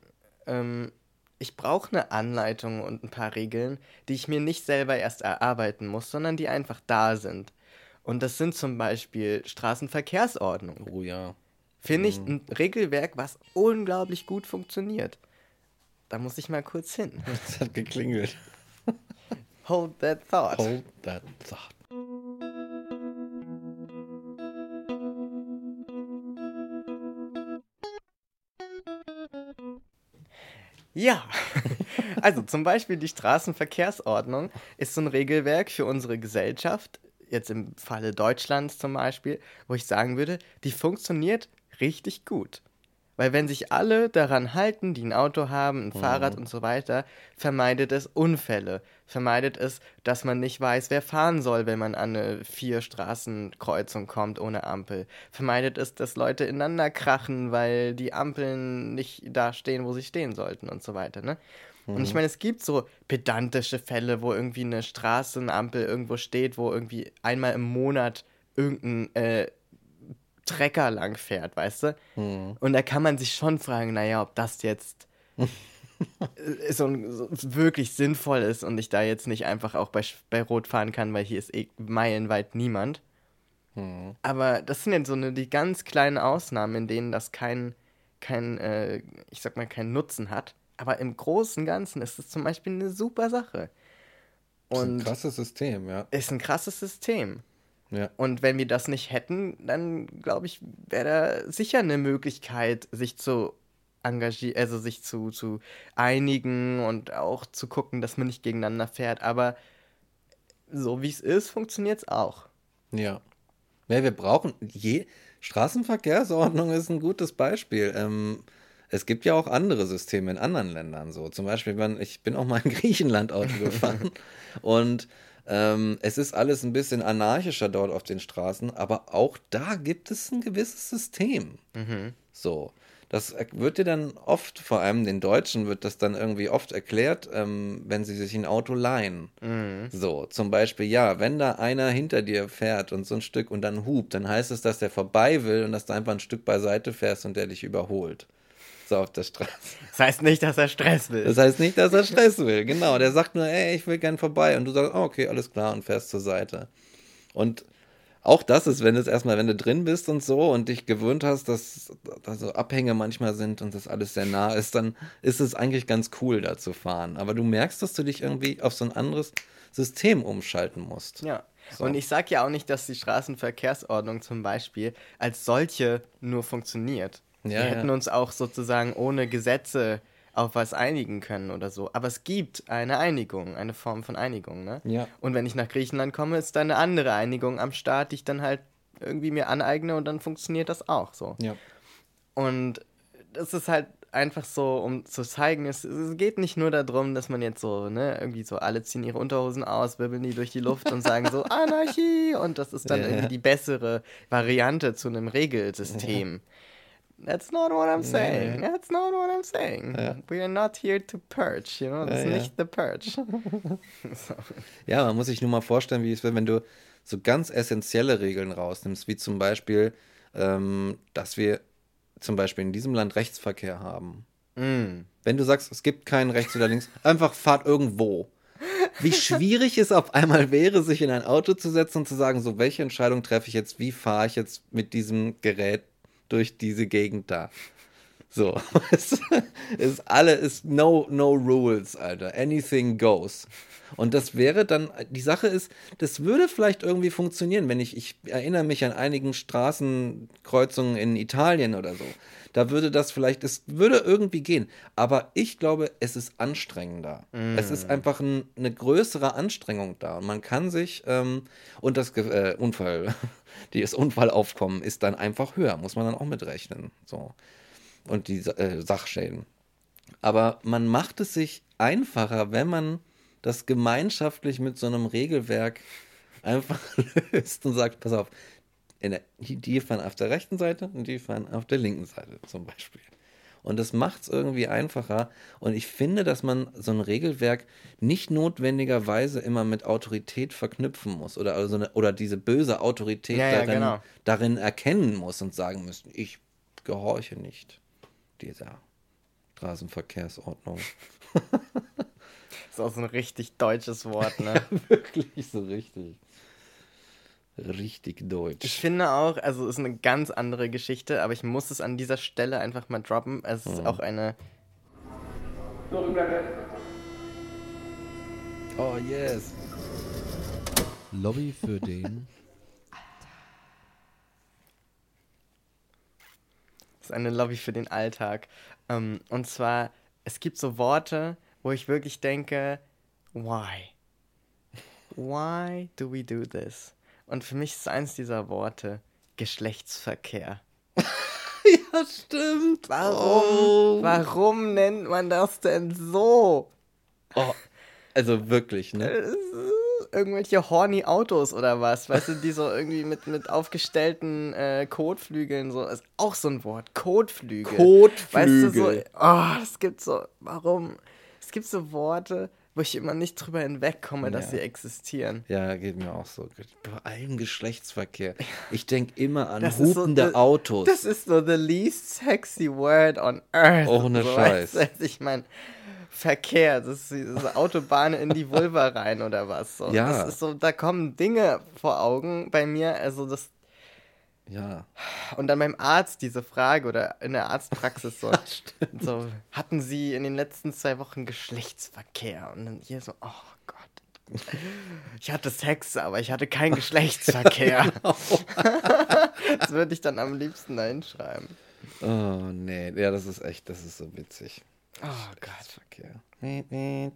ich brauche eine Anleitung und ein paar Regeln, die ich mir nicht selber erst erarbeiten muss, sondern die einfach da sind. Und das sind zum Beispiel Straßenverkehrsordnung. Oh ja. Finde ich ein Regelwerk, was unglaublich gut funktioniert. Da muss ich mal kurz hin. Es hat geklingelt. Hold that thought. Hold that thought. Ja, also zum Beispiel die Straßenverkehrsordnung ist so ein Regelwerk für unsere Gesellschaft, jetzt im Falle Deutschlands zum Beispiel, wo ich sagen würde, die funktioniert richtig gut. Weil wenn sich alle daran halten, die ein Auto haben, ein Fahrrad und so weiter, vermeidet es Unfälle. Vermeidet es, dass man nicht weiß, wer fahren soll, wenn man an eine 4-Straßenkreuzung kommt ohne Ampel. Vermeidet es, dass Leute ineinander krachen, weil die Ampeln nicht da stehen, wo sie stehen sollten und so weiter, ne? Und ich meine, es gibt so pedantische Fälle, wo irgendwie eine Straßenampel irgendwo steht, wo irgendwie einmal im Monat irgendein Trecker lang fährt, weißt du? Und da kann man sich schon fragen, naja, ob das jetzt so wirklich sinnvoll ist und ich da jetzt nicht einfach auch bei Rot fahren kann, weil hier ist meilenweit niemand. Aber das sind jetzt so die ganz kleinen Ausnahmen, in denen das kein Nutzen hat. Aber im Großen und Ganzen ist es zum Beispiel eine super Sache. Das ist ein Und krasses System, ja. ist ein krasses System. Ja. Und wenn wir das nicht hätten, dann glaube ich, wäre da sicher eine Möglichkeit, sich zu engagieren, also sich zu einigen und auch zu gucken, dass man nicht gegeneinander fährt. Aber so wie es ist, funktioniert es auch. Ja. Ja, wir brauchen Straßenverkehrsordnung ist ein gutes Beispiel. Es gibt ja auch andere Systeme in anderen Ländern so. Zum Beispiel, ich bin auch mal in Griechenland Auto gefahren und es ist alles ein bisschen anarchischer dort auf den Straßen, aber auch da gibt es ein gewisses System. So. Das wird dir dann oft, vor allem den Deutschen, wird das dann irgendwie oft erklärt, wenn sie sich ein Auto leihen. So, zum Beispiel, ja, wenn da einer hinter dir fährt und so ein Stück und dann hupt, dann heißt es, dass der vorbei will und dass du einfach ein Stück beiseite fährst und der dich überholt. So auf der Straße. Das heißt nicht, dass er Stress will. Das heißt nicht, dass er Stress will, genau. Der sagt nur, ey, ich will gern vorbei. Und du sagst, oh, okay, alles klar und fährst zur Seite. Und auch das ist, wenn du drin bist und so und dich gewöhnt hast, dass da so Abhänge manchmal sind und das alles sehr nah ist, dann ist es eigentlich ganz cool, da zu fahren. Aber du merkst, dass du dich irgendwie auf so ein anderes System umschalten musst. Ja, So. Und ich sage ja auch nicht, dass die Straßenverkehrsordnung zum Beispiel als solche nur funktioniert. Ja, Wir hätten ja. uns auch sozusagen ohne Gesetze auf was einigen können oder so. Aber es gibt eine Einigung, eine Form von Einigung, ne? Ja. Und wenn ich nach Griechenland komme, ist da eine andere Einigung am Start, die ich dann halt irgendwie mir aneigne und dann funktioniert das auch so. Ja. Und das ist halt einfach so, um zu zeigen, es geht nicht nur darum, dass man jetzt so, ne, irgendwie so, alle ziehen ihre Unterhosen aus, wirbeln die durch die Luft und sagen so, Anarchie, und das ist dann Ja. irgendwie die bessere Variante zu einem Regelsystem. That's not what I'm saying. Ja. That's not what I'm saying. Ja. We are not here to purge, you know? Das ist Ja, ja. nicht the purge. So. Ja, man muss sich nur mal vorstellen, wie es wäre, wenn du so ganz essentielle Regeln rausnimmst, wie zum Beispiel, dass wir zum Beispiel in diesem Land Rechtsverkehr haben. Wenn du sagst, es gibt keinen rechts oder links, einfach fahrt irgendwo. Wie schwierig es auf einmal wäre, sich in ein Auto zu setzen und zu sagen, so, welche Entscheidung treffe ich jetzt, wie fahre ich jetzt mit diesem Gerät durch diese Gegend da. So, es ist no rules, Alter. Anything goes. Und das wäre dann, die Sache ist, das würde vielleicht irgendwie funktionieren, wenn ich erinnere mich an einigen Straßenkreuzungen in Italien oder so. Da würde das vielleicht, es würde irgendwie gehen. Aber ich glaube, es ist anstrengender. Es ist einfach eine größere Anstrengung da. Und man kann sich, und das Unfallaufkommen ist dann einfach höher, muss man dann auch mitrechnen. So. Und die Sachschäden. Aber man macht es sich einfacher, wenn man das gemeinschaftlich mit so einem Regelwerk einfach löst und sagt, pass auf, die fahren auf der rechten Seite und die fahren auf der linken Seite zum Beispiel. Und das macht es irgendwie einfacher. Und ich finde, dass man so ein Regelwerk nicht notwendigerweise immer mit Autorität verknüpfen muss oder diese böse Autorität darin erkennen muss und sagen muss, ich gehorche nicht dieser Straßenverkehrsordnung. Ist auch so ein richtig deutsches Wort, ne? Wirklich so richtig. Richtig Ich deutsch. finde auch, also ist eine ganz andere Geschichte, aber ich muss es an dieser Stelle einfach mal droppen. Es ist auch eine... Oh, yes. Lobby für den... Das ist eine Lobby für den Alltag. Und zwar, es gibt so Worte, wo ich wirklich denke, why? Why do we do this? Und für mich ist eins dieser Worte Geschlechtsverkehr. Ja, stimmt. Warum? Warum nennt man das denn so? Oh, also wirklich, ne? Irgendwelche horny Autos oder was? Weißt du, die so irgendwie mit aufgestellten Kotflügeln, so, ist auch so ein Wort. Kotflügel. Weißt du, so, es gibt so, warum? Es gibt so Worte, wo ich immer nicht drüber hinwegkomme, dass sie existieren. Ja, geht mir auch so. Bei allem Geschlechtsverkehr. Ich denke immer an Das ist hupende so, Autos. Das ist so the least sexy word on earth. Ohne so, Scheiß. Weißt du, ich meine, Verkehr, das ist diese Autobahn in die Vulva rein oder was. So. Ja. Das ist so, da kommen Dinge vor Augen bei mir, also das. Ja. Und dann beim Arzt diese Frage oder in der Arztpraxis so, hatten Sie in den letzten 2 Wochen Geschlechtsverkehr? Und dann hier so, oh Gott, ich hatte Sex, aber ich hatte keinen Geschlechtsverkehr. Das würde ich dann am liebsten da hinschreiben. Oh, nee. Ja, das ist so witzig. Oh Gott. Verkehr.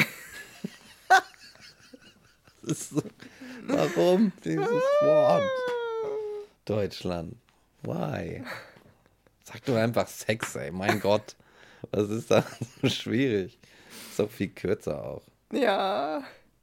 Das ist so, warum dieses Wort? Deutschland. Why? Sag doch einfach Sex, ey. Mein Gott. Was ist da so schwierig? Ist doch viel kürzer auch. Ja.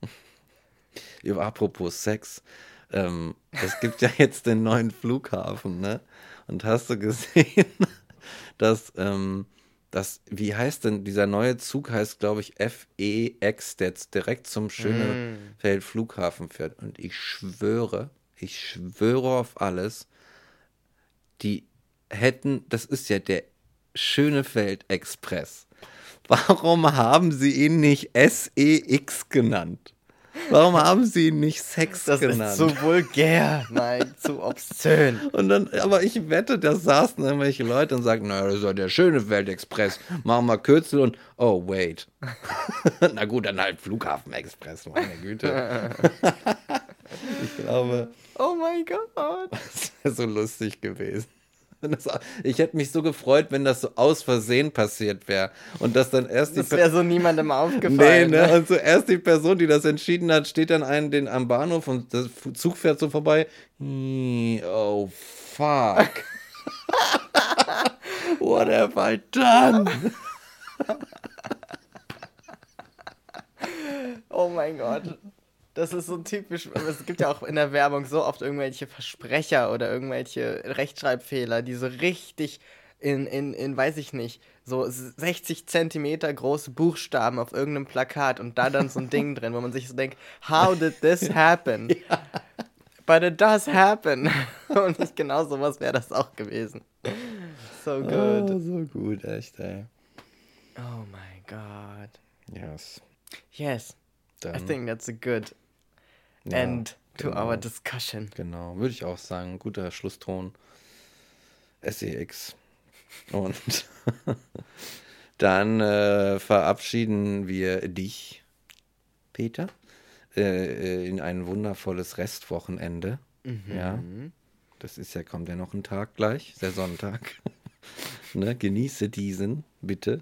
Apropos Sex. Es gibt ja jetzt den neuen Flughafen, ne? Und hast du gesehen, dass, wie heißt denn, dieser neue Zug heißt, glaube ich, FEX, der jetzt direkt zum Schönefeld Flughafen fährt. Und ich schwöre auf alles, die hätten, das ist ja der Schönefeld Express. Warum haben sie ihn nicht SEX genannt? Warum haben sie ihn nicht Sex genannt? Das ist zu vulgär, Mike, zu obszön. Und dann, aber ich wette, da saßen irgendwelche Leute und sagten, naja, das ist ja der Schönefeld Express. Machen wir Kürzel und, oh, wait. Na gut, dann halt Flughafen Express, meine Güte. Ich glaube, Oh mein Gott. das wäre so lustig gewesen. Ich hätte mich so gefreut, wenn das so aus Versehen passiert wäre. Und dass dann erst Das wäre so niemandem Nee, aufgefallen. ne? Und so erst die Person, die das entschieden hat, steht dann den am Bahnhof und der Zug fährt so vorbei. Oh, fuck. What have I done? Oh mein Gott. Das ist so typisch. Es gibt ja auch in der Werbung so oft irgendwelche Versprecher oder irgendwelche Rechtschreibfehler, die so richtig weiß ich nicht, so 60 Zentimeter große Buchstaben auf irgendeinem Plakat und da dann so ein Ding drin, wo man sich so denkt, how did this happen? But it does happen. Und nicht genau sowas wäre das auch gewesen. So good. Oh, so gut, echt, ey. Oh my God. Yes. Yes, I Dann, think that's a good ja, end to genau. our discussion. Genau, würde ich auch sagen. Guter Schlusston. SEX. Und dann verabschieden wir dich, Peter, in ein wundervolles Restwochenende. Ja, das ist ja, kommt ja noch ein Tag gleich, der Sonntag. Ne, genieße diesen, bitte.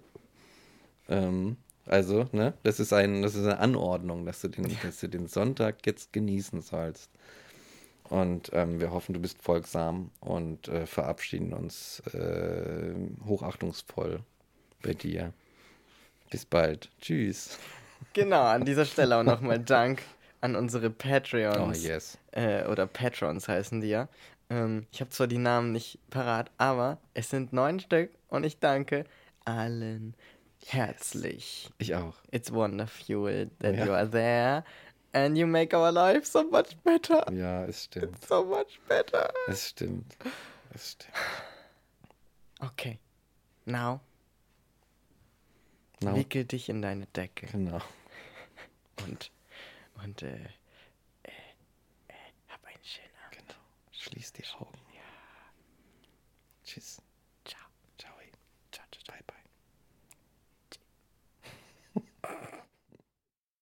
Also, ne, das ist eine Anordnung, dass du den Sonntag jetzt genießen sollst. Und wir hoffen, du bist folgsam und verabschieden uns hochachtungsvoll bei dir. Bis bald. Tschüss. Genau, an dieser Stelle auch nochmal Dank an unsere Oh, Patreons. yes. Oder Patrons heißen die ja. Ich habe zwar die Namen nicht parat, aber es sind 9 Stück und ich danke allen herzlich. Ich auch. It's wonderful that Ja. you are there and you make our life so much better. Ja, es stimmt. So much better. Es stimmt. Es stimmt. Okay, now Now, wickel dich in deine Decke genau. und hab einen schönen Abend. Genau. Schließ die Augen. Ja. Tschüss.